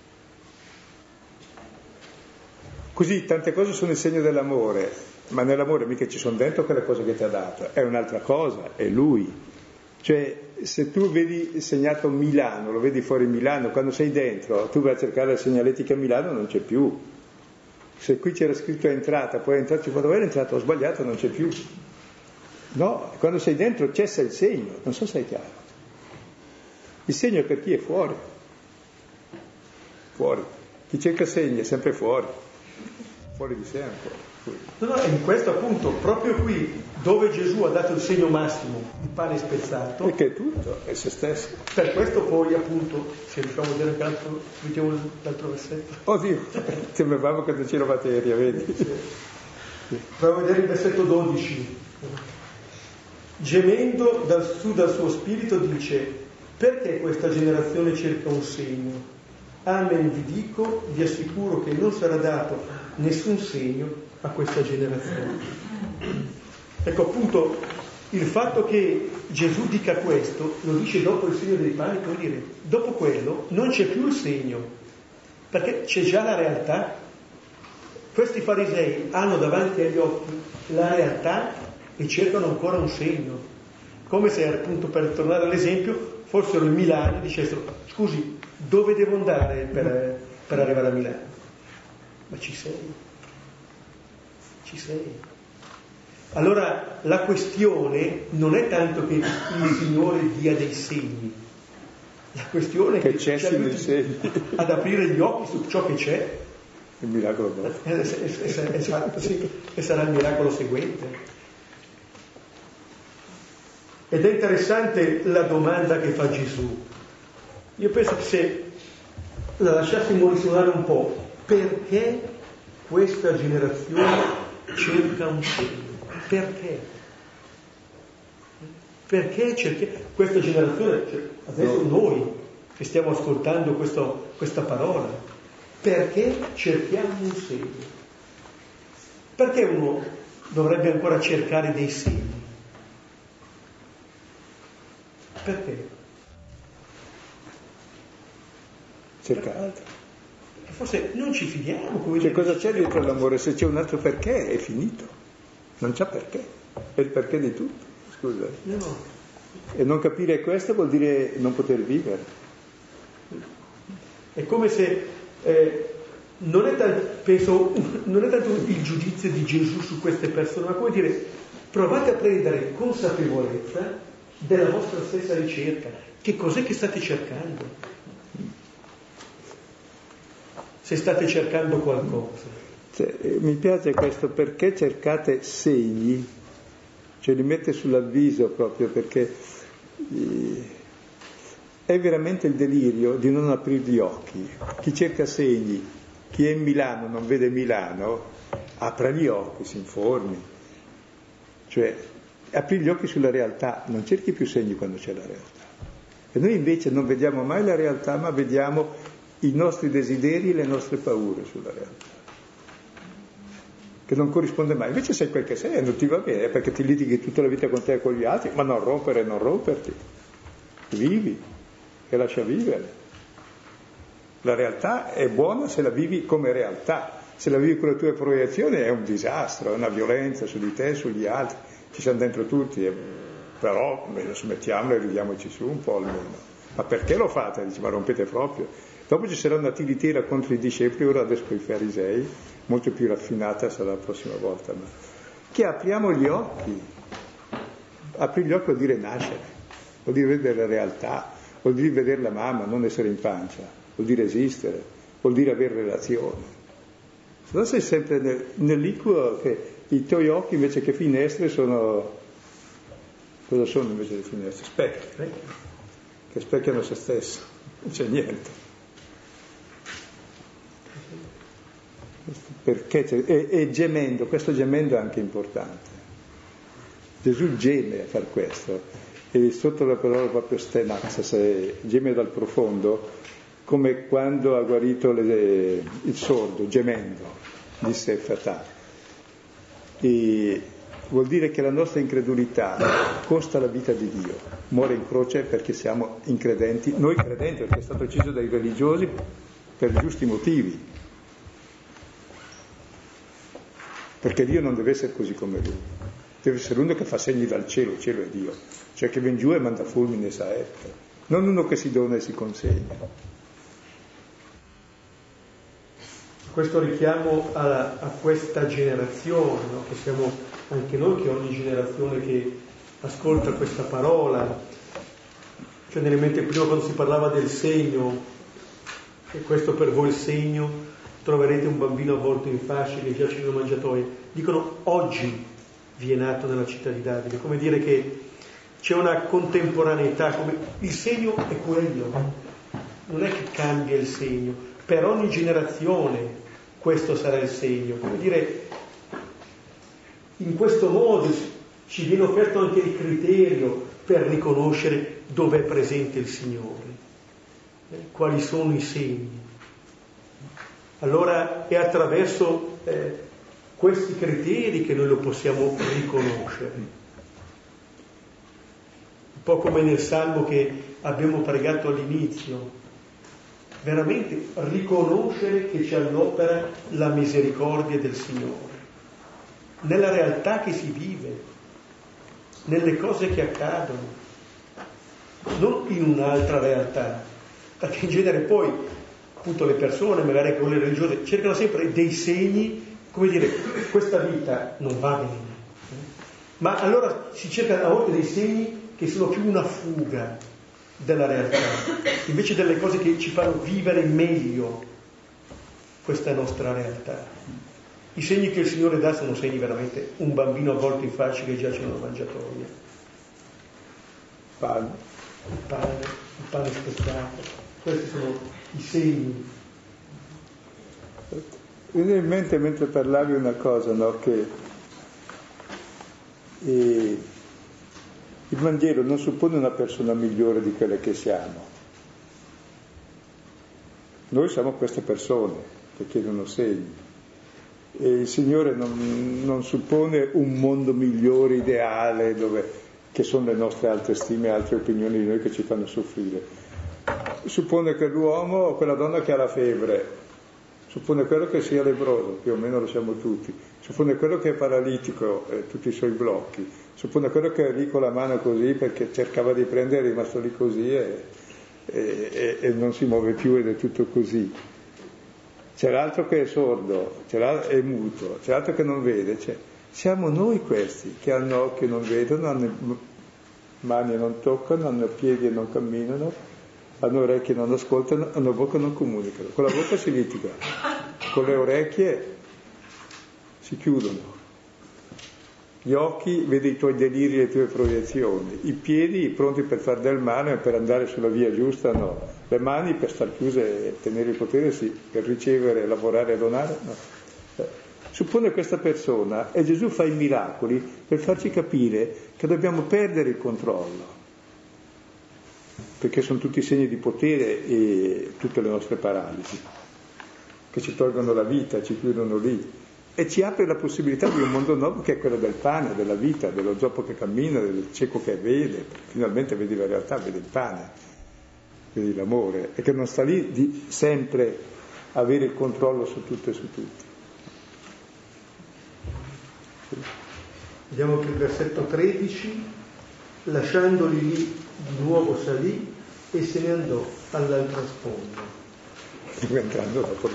così tante cose sono il segno dell'amore, ma nell'amore mica ci sono dentro quelle cose che ti ha dato, è un'altra cosa, è lui. Cioè, se tu vedi segnato Milano, lo vedi fuori Milano, quando sei dentro tu vai a cercare la segnaletica a Milano, non c'è più. Se qui c'era scritto è entrata, poi è entrato, dove era entrato, ho sbagliato, non c'è più. No, quando sei dentro cessa il segno, non so se è chiaro. Il segno è per chi è fuori. Fuori. Chi cerca segni è sempre fuori. Fuori di sé ancora. No, è in questo appunto, proprio qui, dove Gesù ha dato il segno massimo di pane spezzato. Perché è tutto, è se stesso. Per questo poi appunto, se riusciamo a vedere anche l'altro, vediamo l'altro versetto. Oddio, temevamo che non c'era materia, vedi? Proviamo a vedere il versetto 12. Gemendo dal suo spirito dice, perché questa generazione cerca un segno? Amen vi dico, vi assicuro che non sarà dato nessun segno a questa generazione. Ecco appunto il fatto che Gesù dica questo, lo dice dopo il segno dei pani, vuol dire dopo quello non c'è più il segno, perché c'è già la realtà. Questi farisei hanno davanti agli occhi la realtà e cercano ancora un segno, come se appunto, per tornare all'esempio, fossero in Milano e dicessero scusi, dove devo andare per arrivare a Milano? Ma ci sei. Allora la questione non è tanto che il Signore dia dei segni, la questione è che ci aiuti ad aprire gli occhi su ciò che c'è. Il miracolo dopo. Esatto, sì, e sarà il miracolo seguente. Ed è interessante la domanda che fa Gesù. Io penso che se la lasciassimo risuonare un po', perché questa generazione cerca un segno? Perché? Perché cerca questa generazione, adesso noi che stiamo ascoltando questa parola, perché cerchiamo un segno? Perché uno dovrebbe ancora cercare dei segni? Perché? Cerca altro. Forse non ci fidiamo. Che cosa c'è dietro l'amore? Se c'è un altro perché è finito. Non c'è perché. È il perché di tutto. Scusa. No. E non capire questo vuol dire non poter vivere. È come se non è tanto il giudizio di Gesù su queste persone, ma come dire, provate a prendere consapevolezza della vostra stessa ricerca. Che cos'è che state cercando? Se state cercando qualcosa. Mi piace questo, perché cercate segni, cioè li mette sull'avviso proprio, perché è veramente il delirio di non aprire gli occhi. Chi cerca segni, chi è in Milano non vede Milano, apra gli occhi, si informi, cioè apri gli occhi sulla realtà, non cerchi più segni quando c'è la realtà. E noi invece non vediamo mai la realtà, ma vediamo i nostri desideri e le nostre paure sulla realtà, che non corrisponde mai. Invece sei quel che sei e non ti va bene, perché ti litighi tutta la vita con te e con gli altri, ma non rompere e non romperti, vivi e lascia vivere. La realtà è buona se la vivi come realtà, se la vivi con le tue proiezioni è un disastro, è una violenza su di te e sugli altri, ci siamo dentro tutti, però smettiamola e ridiamoci su un po' almeno. Ma perché lo fate? Dice, ma rompete proprio. Dopo ci sarà una tiritera contro i discepoli, ora adesso con i farisei, molto più raffinata sarà la prossima volta, ma che apriamo gli occhi. Aprire gli occhi vuol dire nascere, vuol dire vedere la realtà, vuol dire vedere la mamma, non essere in pancia, vuol dire esistere, vuol dire avere relazioni. Se no sei sempre nell'incubo che i tuoi occhi invece che finestre sono... Cosa sono invece le finestre? Specchi, che specchiano se stesso, non c'è niente. Perché e gemendo, questo gemendo è anche importante. Gesù geme a far questo, e sotto la parola proprio stenax, geme dal profondo, come quando ha guarito il sordo, gemendo, disse Fatà. E vuol dire che la nostra incredulità costa la vita di Dio, muore in croce perché siamo incredenti, noi credenti, perché è stato ucciso dai religiosi per giusti motivi. Perché Dio non deve essere così come Lui, deve essere uno che fa segni dal cielo, il cielo è Dio, cioè che viene giù e manda fulmine e saette, non uno che si dona e si consegna. Questo richiamo a questa generazione, no? Che siamo anche noi, che ogni generazione che ascolta questa parola, cioè nelle mente prima quando si parlava del segno, e questo per voi il segno, troverete un bambino avvolto in fasce che giace nel mangiatoio. Dicono oggi vi è nato nella città di Davide, come dire che c'è una contemporaneità, come il segno è quello, non è che cambia il segno, per ogni generazione questo sarà il segno, come dire, in questo modo ci viene offerto anche il criterio per riconoscere dove è presente il Signore, quali sono i segni. Allora è attraverso questi criteri che noi lo possiamo riconoscere. Un po' come nel Salmo che abbiamo pregato all'inizio, veramente riconoscere che c'è all'opera la misericordia del Signore, nella realtà che si vive, nelle cose che accadono, non in un'altra realtà, perché in genere poi appunto le persone, magari con le religiose, cercano sempre dei segni, come dire, questa vita non va bene, Ma allora si cerca a volte dei segni che sono più una fuga della realtà, invece delle cose che ci fanno vivere meglio questa nostra realtà. I segni che il Signore dà sono segni veramente, un bambino avvolto in fasce che giace in una mangiatoia. Il pane spezzato, questi sono i segni. Mi viene in mente mentre parlavi una cosa, no? Che il Vangelo non suppone una persona migliore di quelle che siamo. Noi siamo queste persone che chiedono segni. E il Signore non suppone un mondo migliore, ideale, che sono le nostre altre stime, altre opinioni di noi che ci fanno soffrire. Suppone che l'uomo, quella donna che ha la febbre, suppone quello che sia lebbroso, più o meno lo siamo tutti, suppone quello che è paralitico, tutti i suoi blocchi, suppone quello che è lì con la mano così perché cercava di prendere, è rimasto lì così e non si muove più ed è tutto così. C'è l'altro che è sordo, c'è l'altro è muto, c'è l'altro che non vede. Siamo noi questi che hanno occhi e non vedono, hanno mani e non toccano, hanno piedi e non camminano, hanno orecchie e non ascoltano, hanno bocca e non comunicano. Con la bocca si litiga, con le orecchie si chiudono. Gli occhi vedi i tuoi deliri e le tue proiezioni, i piedi pronti per far del male e per andare sulla via giusta no, le mani per star chiuse e tenere il potere sì, per ricevere, lavorare e donare no. Suppone questa persona e Gesù fa i miracoli per farci capire che dobbiamo perdere il controllo, perché sono tutti segni di potere e tutte le nostre paralisi che ci tolgono la vita, ci chiudono lì. E ci apre la possibilità di un mondo nuovo che è quello del pane, della vita, dello zoppo che cammina, del cieco che vede, finalmente vedi la realtà, vedi il pane, vedi l'amore, e che non sta lì di sempre avere il controllo su tutto e su tutti. Vediamo che il versetto 13, lasciandoli lì di nuovo salì e se ne andò all'altra sponda. Entrando dopo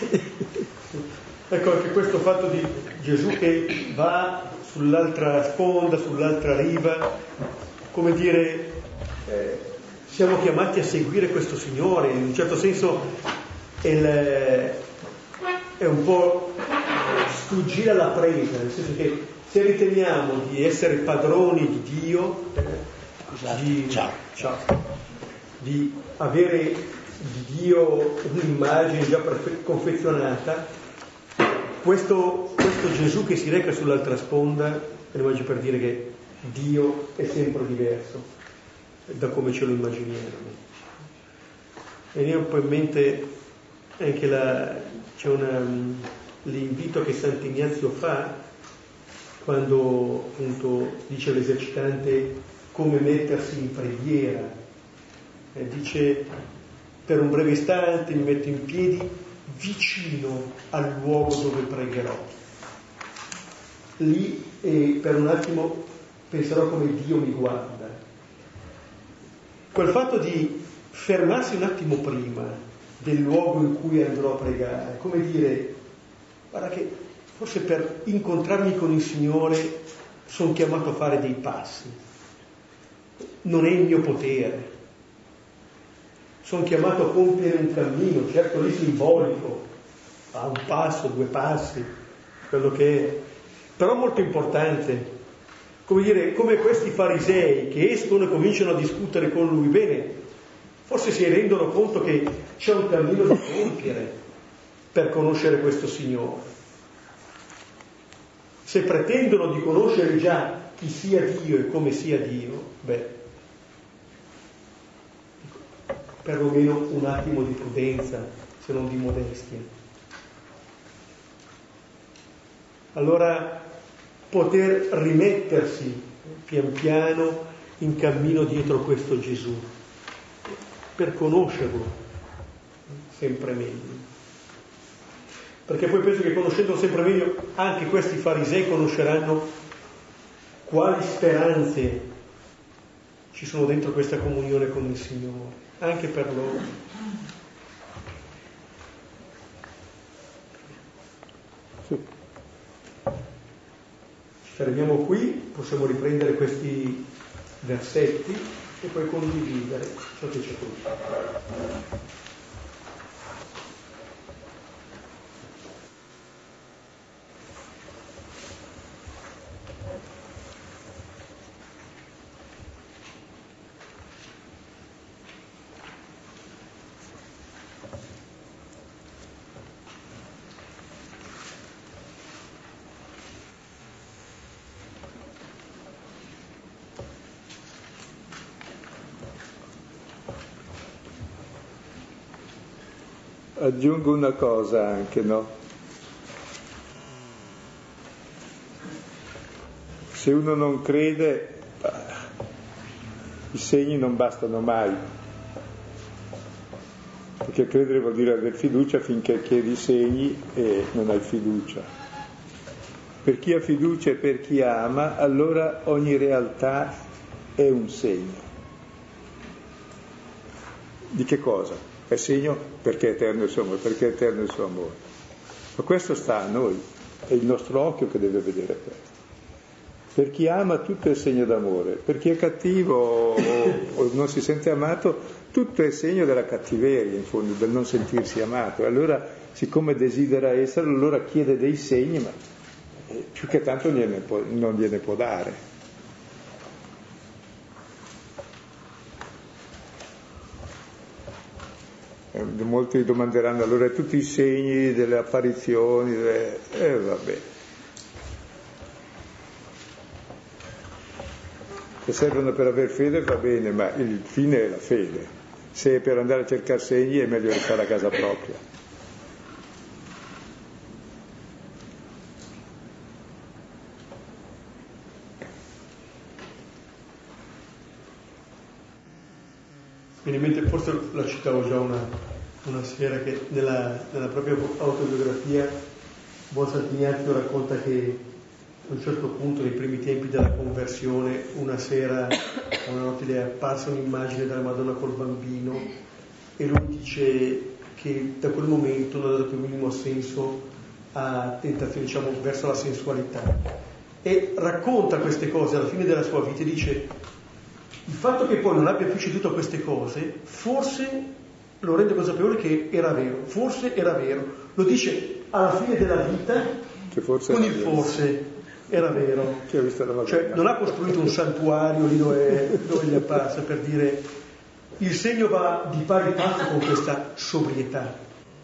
Ecco anche questo fatto di Gesù che va sull'altra sponda, sull'altra riva, come dire, siamo chiamati a seguire questo Signore, in un certo senso è un po' sfuggire alla presa, nel senso che se riteniamo di essere padroni di Dio, di avere di Dio un'immagine già confezionata, questo Gesù che si reca sull'altra sponda è un'immagine per dire che Dio è sempre diverso da come ce lo immaginiamo. E io ho poi in mente anche l'invito che Sant'Ignazio fa quando appunto dice all'esercitante come mettersi in preghiera, dice: per un breve istante mi metto in piedi vicino al luogo dove pregherò, lì e per un attimo penserò come Dio mi guarda. Quel fatto di fermarsi un attimo prima del luogo in cui andrò a pregare, come dire, guarda che forse per incontrarmi con il Signore sono chiamato a fare dei passi, non è il mio potere, sono chiamato a compiere un cammino, certo lì simbolico, a un passo, 2 passi, quello che è, però molto importante, come dire, come questi farisei che escono e cominciano a discutere con lui, bene, forse si rendono conto che c'è un cammino da compiere per conoscere questo Signore. Se pretendono di conoscere già chi sia Dio e come sia Dio, perlomeno un attimo di prudenza, se non di modestia. Allora poter rimettersi pian piano in cammino dietro questo Gesù, per conoscerlo sempre meglio. Perché poi penso che conoscendo sempre meglio anche questi farisei conosceranno quali speranze ci sono dentro questa comunione con il Signore, anche per loro. Ci fermiamo qui, possiamo riprendere questi versetti e poi condividere ciò che c'è qui. Aggiungo una cosa anche, no? Se uno non crede, i segni non bastano mai, perché credere vuol dire avere fiducia finché chiedi segni e non hai fiducia. Per chi ha fiducia e per chi ama, allora ogni realtà è un segno. Di che cosa? È segno perché è eterno il suo amore, perché è eterno il suo amore. Ma questo sta a noi, è il nostro occhio che deve vedere questo. Per chi ama tutto è segno d'amore, per chi è cattivo o non si sente amato, tutto è segno della cattiveria, in fondo, del non sentirsi amato. E allora, siccome desidera essere, allora chiede dei segni, ma più che tanto non gliene può dare. Molti domanderanno allora tutti i segni delle apparizioni, vabbè. Se servono per aver fede va bene, ma il fine è la fede. Se è per andare a cercare segni è meglio restare a casa propria. Mi viene in mente, forse la citavo già una sera, che nella propria autobiografia Buon Sant'Ignazio racconta che a un certo punto, nei primi tempi della conversione, una sera, una notte, gli è apparsa un'immagine della Madonna col bambino e lui dice che da quel momento non ha dato il minimo senso a tentazioni, diciamo, verso la sensualità. E racconta queste cose alla fine della sua vita e dice: il fatto che poi non abbia più ceduto a queste cose forse lo rende consapevole che era vero, forse era vero, lo dice alla fine della vita, che forse con il forse era vero, che ha visto la cioè non ha costruito un santuario lì dove gli appassa, per dire il segno va di pari passo con questa sobrietà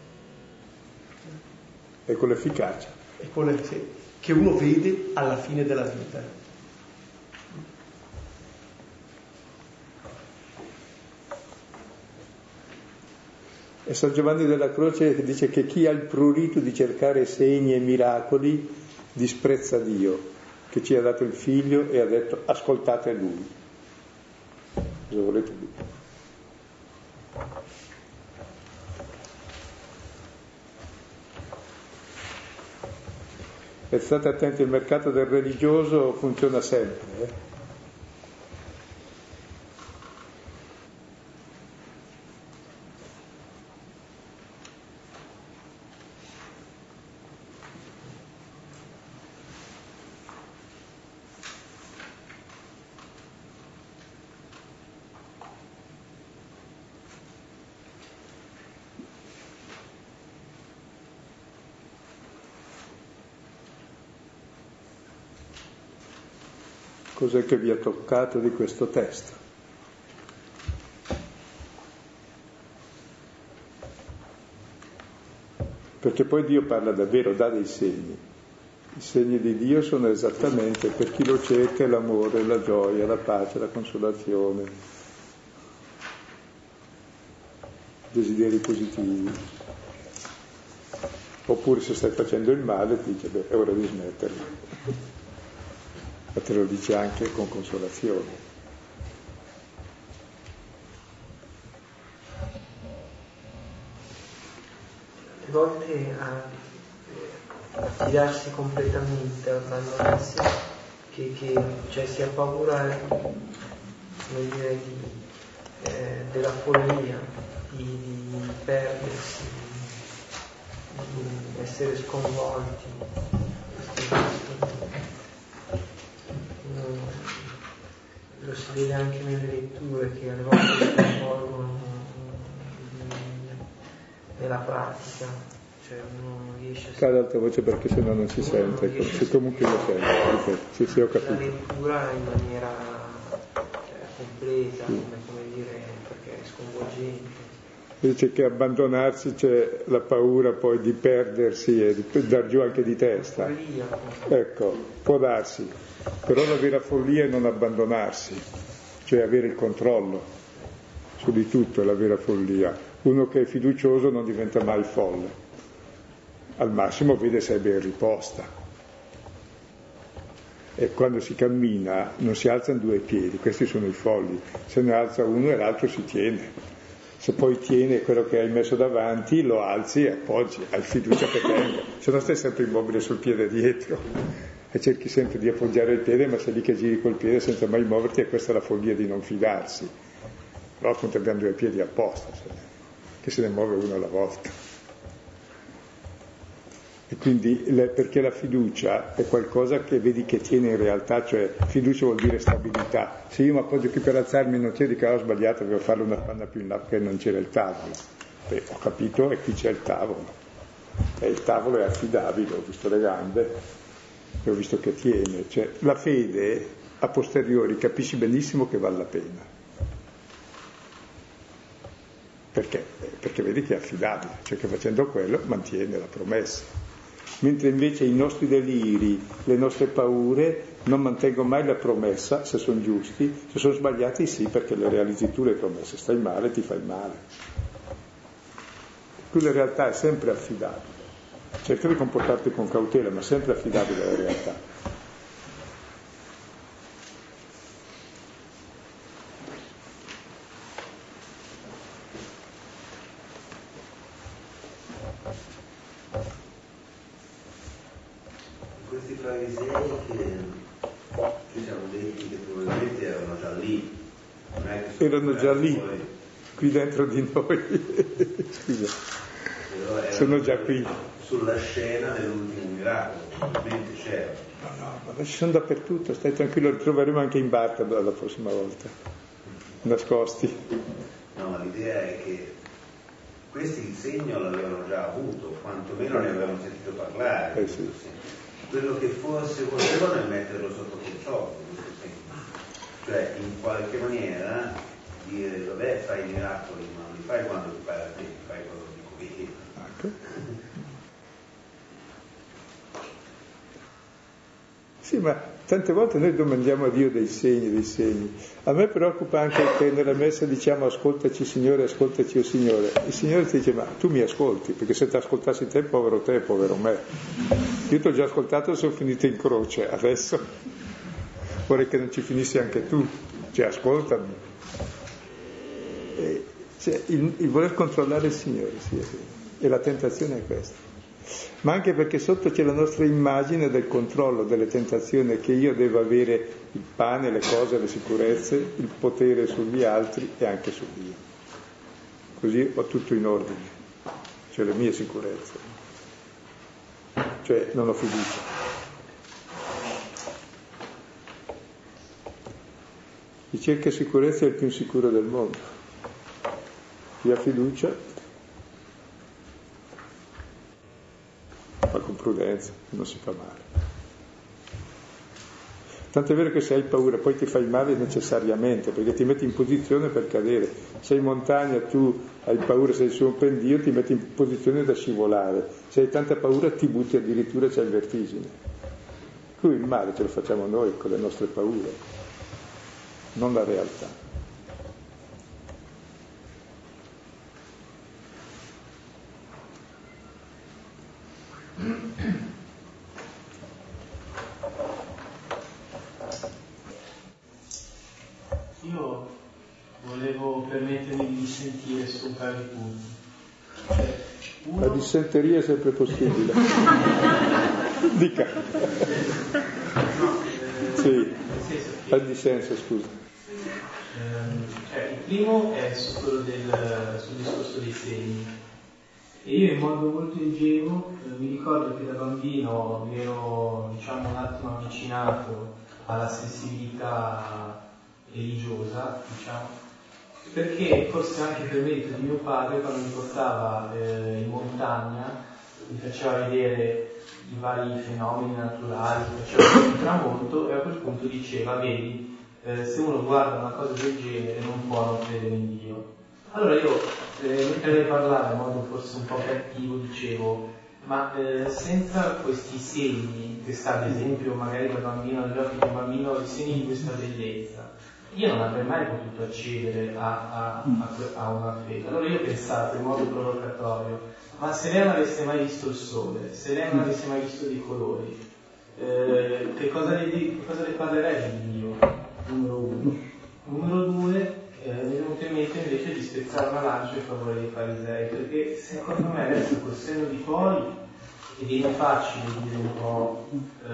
e con l'efficacia e con che uno vede alla fine della vita. E San Giovanni della Croce dice che chi ha il prurito di cercare segni e miracoli disprezza Dio, che ci ha dato il Figlio e ha detto: ascoltate Lui. Cosa volete dire? E state attenti, il mercato del religioso funziona sempre, Cos'è che vi ha toccato di questo testo? Perché poi Dio parla davvero, dà dei segni. I segni di Dio sono esattamente, per chi lo cerca, l'amore, la gioia, la pace, la consolazione, desideri positivi. Oppure se stai facendo il male ti dice: beh, è ora di smetterlo. Ma te lo dice anche con consolazione. A volte a fidarsi completamente all'ansia, che cioè si ha paura, come dire, della follia, di perdersi, di essere sconvolti. si vede anche nelle letture che alle volte si coinvolgono nella pratica, cioè uno non riesce a... Cade alta voce perché sennò non si sente, se comunque lo sente, sì, ho capito. La lettura in maniera completa, come dire, perché è sconvolgente. Dice che abbandonarsi c'è la paura poi di perdersi e di dar giù anche di testa. Ecco, può darsi, però la vera follia è non abbandonarsi, cioè avere il controllo su di tutto è la vera follia. Uno che è fiducioso non diventa mai folle, al massimo vede se è ben riposta. E quando si cammina non si alzano due piedi, questi sono i folli, se ne alza uno e l'altro si tiene. Se poi tiene quello che hai messo davanti, lo alzi e appoggi, hai fiducia che tenga, se no stai sempre immobile sul piede dietro e cerchi sempre di appoggiare il piede, ma sei lì che giri col piede senza mai muoverti, e questa è la follia di non fidarsi. Però appunto abbiamo due piedi apposta, che se ne muove uno alla volta. E quindi perché la fiducia è qualcosa che vedi che tiene in realtà, cioè fiducia vuol dire stabilità. Se io mi appoggio qui per alzarmi non ti dico ho sbagliato, devo farlo una spanna più in là perché non c'era il tavolo. Beh, ho capito, e qui c'è il tavolo. E il tavolo è affidabile, ho visto le gambe e ho visto che tiene. Cioè, la fede a posteriori capisci benissimo che vale la pena. Perché? Perché vedi che è affidabile, cioè che facendo quello mantiene la promessa. Mentre invece i nostri deliri, le nostre paure non mantengono mai la promessa, se sono giusti, se sono sbagliati sì, perché le realizzi tu le promesse, stai male, ti fai male. Qui la realtà è sempre affidabile, cerca di comportarti con cautela, ma sempre affidabile la realtà. Questi farisei che ci siamo detti che probabilmente erano già lì, non è che erano già lì, fuori. Qui dentro di noi, scusa, sono già qui. Sulla scena dell'ultimo miracolo, probabilmente c'era. No, ma ci sono dappertutto, stai tranquillo, li troveremo anche in barca la prossima volta, nascosti. No, ma l'idea è che questi il segno l'avevano già avuto, quantomeno ne avevano sentito parlare. Sì. Quello che forse volevano è metterlo sotto controllo, cioè in qualche maniera dire vabbè fai i miracoli, ma non li fai quando ti pare a te, fai quello che dico io. Ecco. Sì, ma tante volte noi domandiamo a Dio dei segni. A me preoccupa anche che nella messa diciamo ascoltaci Signore, ascoltaci o Signore. Il Signore ti dice ma tu mi ascolti, perché se ti ascoltassi te, povero me. Io ti ho già ascoltato e sono finito in croce, adesso vorrei che non ci finissi anche tu, cioè ascoltami. Cioè, il voler controllare il Signore, sì, e la tentazione è questa. Ma anche perché sotto c'è la nostra immagine del controllo, delle tentazioni, che io devo avere il pane, le cose, le sicurezze, il potere sugli altri e anche su Dio. Così ho tutto in ordine, cioè le mie sicurezze. Cioè non ho fiducia. Chi cerca sicurezza è il più insicuro del mondo. Chi ha fiducia fa con prudenza, non si fa male. Tanto è vero che se hai paura poi ti fai male necessariamente, perché ti metti in posizione per cadere. Se in montagna tu hai paura, sei su un pendio, ti metti in posizione da scivolare. Se hai tanta paura ti butti addirittura, c'è il vertigine. Qui il male ce lo facciamo noi con le nostre paure, non la realtà. Io volevo permettermi di sentire su un paio di punti. La dissenteria è sempre possibile. Dica. Sì, al dissenso, scusa. Il primo è su quello sul discorso dei segni. E io in modo molto ingenuo mi ricordo che da bambino mi ero un attimo avvicinato alla sensibilità religiosa, diciamo, perché forse anche per merito di mio padre, quando mi portava in montagna, mi faceva vedere i vari fenomeni naturali, faceva un tramonto e a quel punto diceva, vedi, se uno guarda una cosa del genere non può non credere in Dio. Allora io, mentre lei parlava in modo forse un po' cattivo, dicevo, ma senza questi segni, che sta ad esempio magari da bambino, negli occhi di un bambino, i segni di questa bellezza, io non avrei mai potuto accedere a una fede. Allora io pensavo in modo provocatorio, ma se lei non avesse mai visto il sole, se lei non avesse mai visto dei colori, che cosa le parlerebbe di Dio? Numero uno. Numero due, mi è venuto in mente invece di spezzare una lancia in favore dei farisei, perché secondo me adesso col senno di poi viene facile dire un po'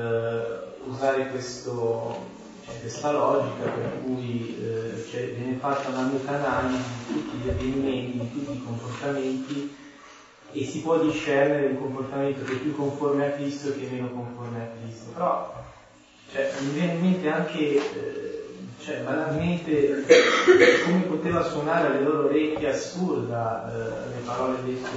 usare questa logica per cui viene fatta una meta-analisi di tutti gli avvenimenti, di tutti i comportamenti, e si può discernere un comportamento che è più conforme a Cristo che meno conforme a Cristo. Però mi viene in mente anche banalmente come poteva suonare alle loro orecchie assurda le parole dette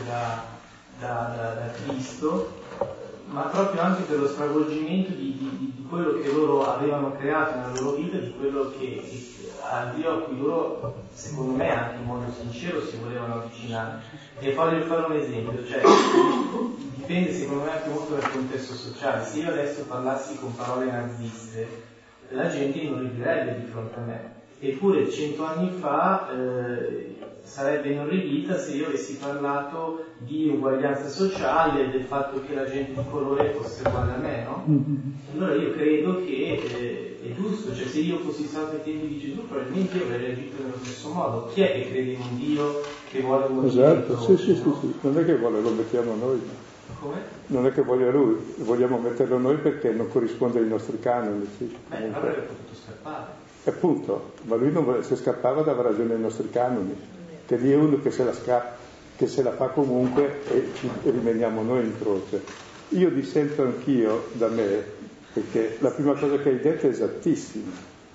da Cristo, ma proprio anche per lo stravolgimento di quello che loro avevano creato nella loro vita, di quello che al Dio a cui loro, secondo me, anche in modo sincero si volevano avvicinare. E voglio fare un esempio, dipende secondo me anche molto dal contesto sociale. Se io adesso parlassi con parole naziste, la gente inorridirebbe di fronte a me. Eppure 100 anni fa sarebbe inorridita se io avessi parlato di uguaglianza sociale, del fatto che la gente di colore fosse uguale a me, no? Allora io credo che è giusto, se io fossi stato ai tempi di Gesù probabilmente io avrei reagito nello stesso modo. Chi è che crede in un Dio che vuole un movimento? Esatto, sì, non è che lo mettiamo noi. Come? Non è che voglia lui, vogliamo metterlo noi perché non corrisponde ai nostri canoni. Sì. Avrebbe potuto scappare. Appunto, ma lui se scappava dava ragione ai nostri canoni, che lì è uno che se la fa comunque e ci rimaniamo noi in croce. Io dissento anch'io da me, perché la prima cosa che hai detto è esattissima,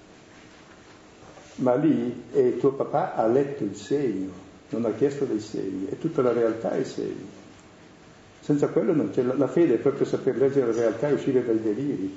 ma lì tuo papà ha letto il segno, non ha chiesto dei segni, e tutta la realtà è segno. Senza quello non c'è la fede, è proprio saper leggere la realtà e uscire dai deliri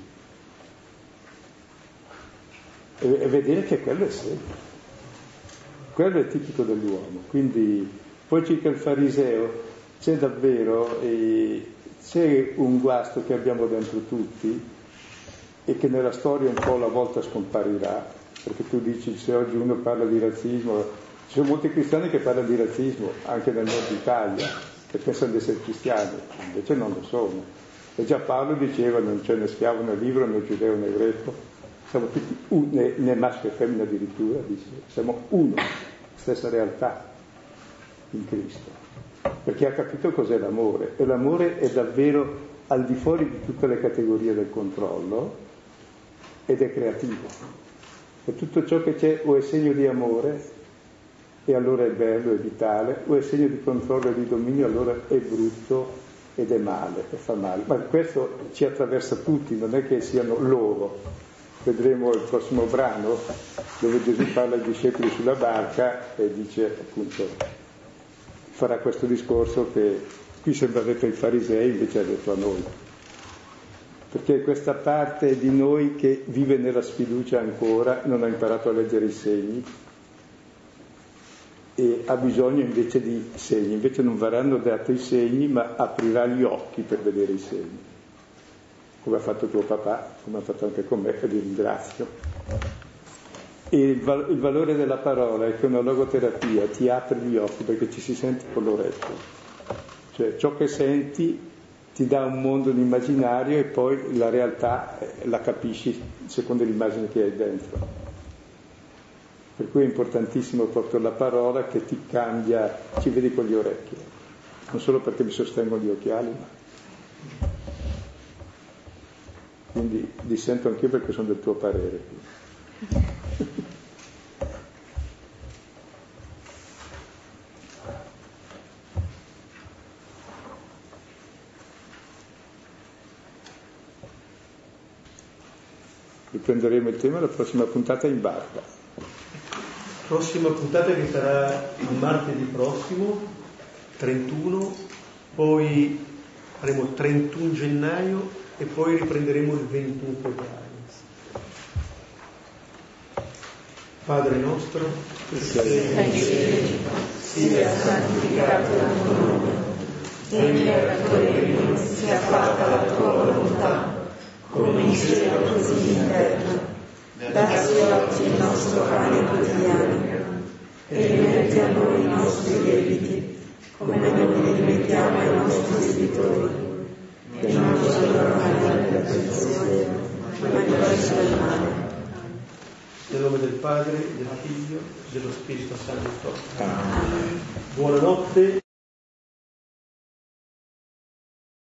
e vedere che quello è segno. Quello è tipico dell'uomo. Quindi poi circa il fariseo c'è davvero c'è un guasto che abbiamo dentro tutti e che nella storia un po' alla volta scomparirà, perché tu dici se oggi uno parla di razzismo, ci sono molti cristiani che parlano di razzismo anche nel nord Italia, che pensano di essere cristiani, invece non lo sono. E già Paolo diceva non c'è né schiavo né libero né giudeo né greco, siamo tutti né maschio e femmina addirittura, dice, siamo uno, stessa realtà in Cristo, perché ha capito cos'è l'amore, e l'amore è davvero al di fuori di tutte le categorie del controllo ed è creativo, e tutto ciò che c'è o è segno di amore e allora è bello, è vitale, o è segno di controllo e di dominio, allora è brutto ed è male, e fa male. Ma questo ci attraversa tutti, non è che siano loro. Vedremo il prossimo brano dove Gesù parla ai discepoli sulla barca e dice appunto, farà questo discorso che qui sembra detto ai farisei, invece è detto a noi. Perché questa parte di noi che vive nella sfiducia ancora, non ha imparato a leggere i segni, e ha bisogno invece di segni, invece non verranno dati i segni, ma aprirà gli occhi per vedere i segni, come ha fatto tuo papà, come ha fatto anche con me, e vi ringrazio. E il valore della parola è che una logoterapia ti apre gli occhi perché ci si sente con l'orecchio, cioè ciò che senti ti dà un mondo immaginario e poi la realtà la capisci secondo l'immagine che hai dentro. Per cui è importantissimo proprio la parola che ti cambia, ci vedi con gli orecchi, non solo perché mi sostengono gli occhiali, ma quindi dissento anch'io perché sono del tuo parere. Riprenderemo il tema la prossima puntata in barca. Prossima puntata che sarà il martedì prossimo, 31, poi faremo 31 gennaio e poi riprenderemo il 21 febbraio. Padre nostro, che sei in cielo, sia santificato il tuo nome, venga il tuo regno, sia fatta la tua volontà, come in cielo così in terra. Dacci oggi il nostro pane quotidiano e rimetti a noi i nostri debiti, come noi rimettiamo ai nostri debitori, che non ci abbandoni nella tentazione, ma liberaci dal male. Nel nome del Padre, del Figlio, dello Spirito Santo. Amen. Buonanotte.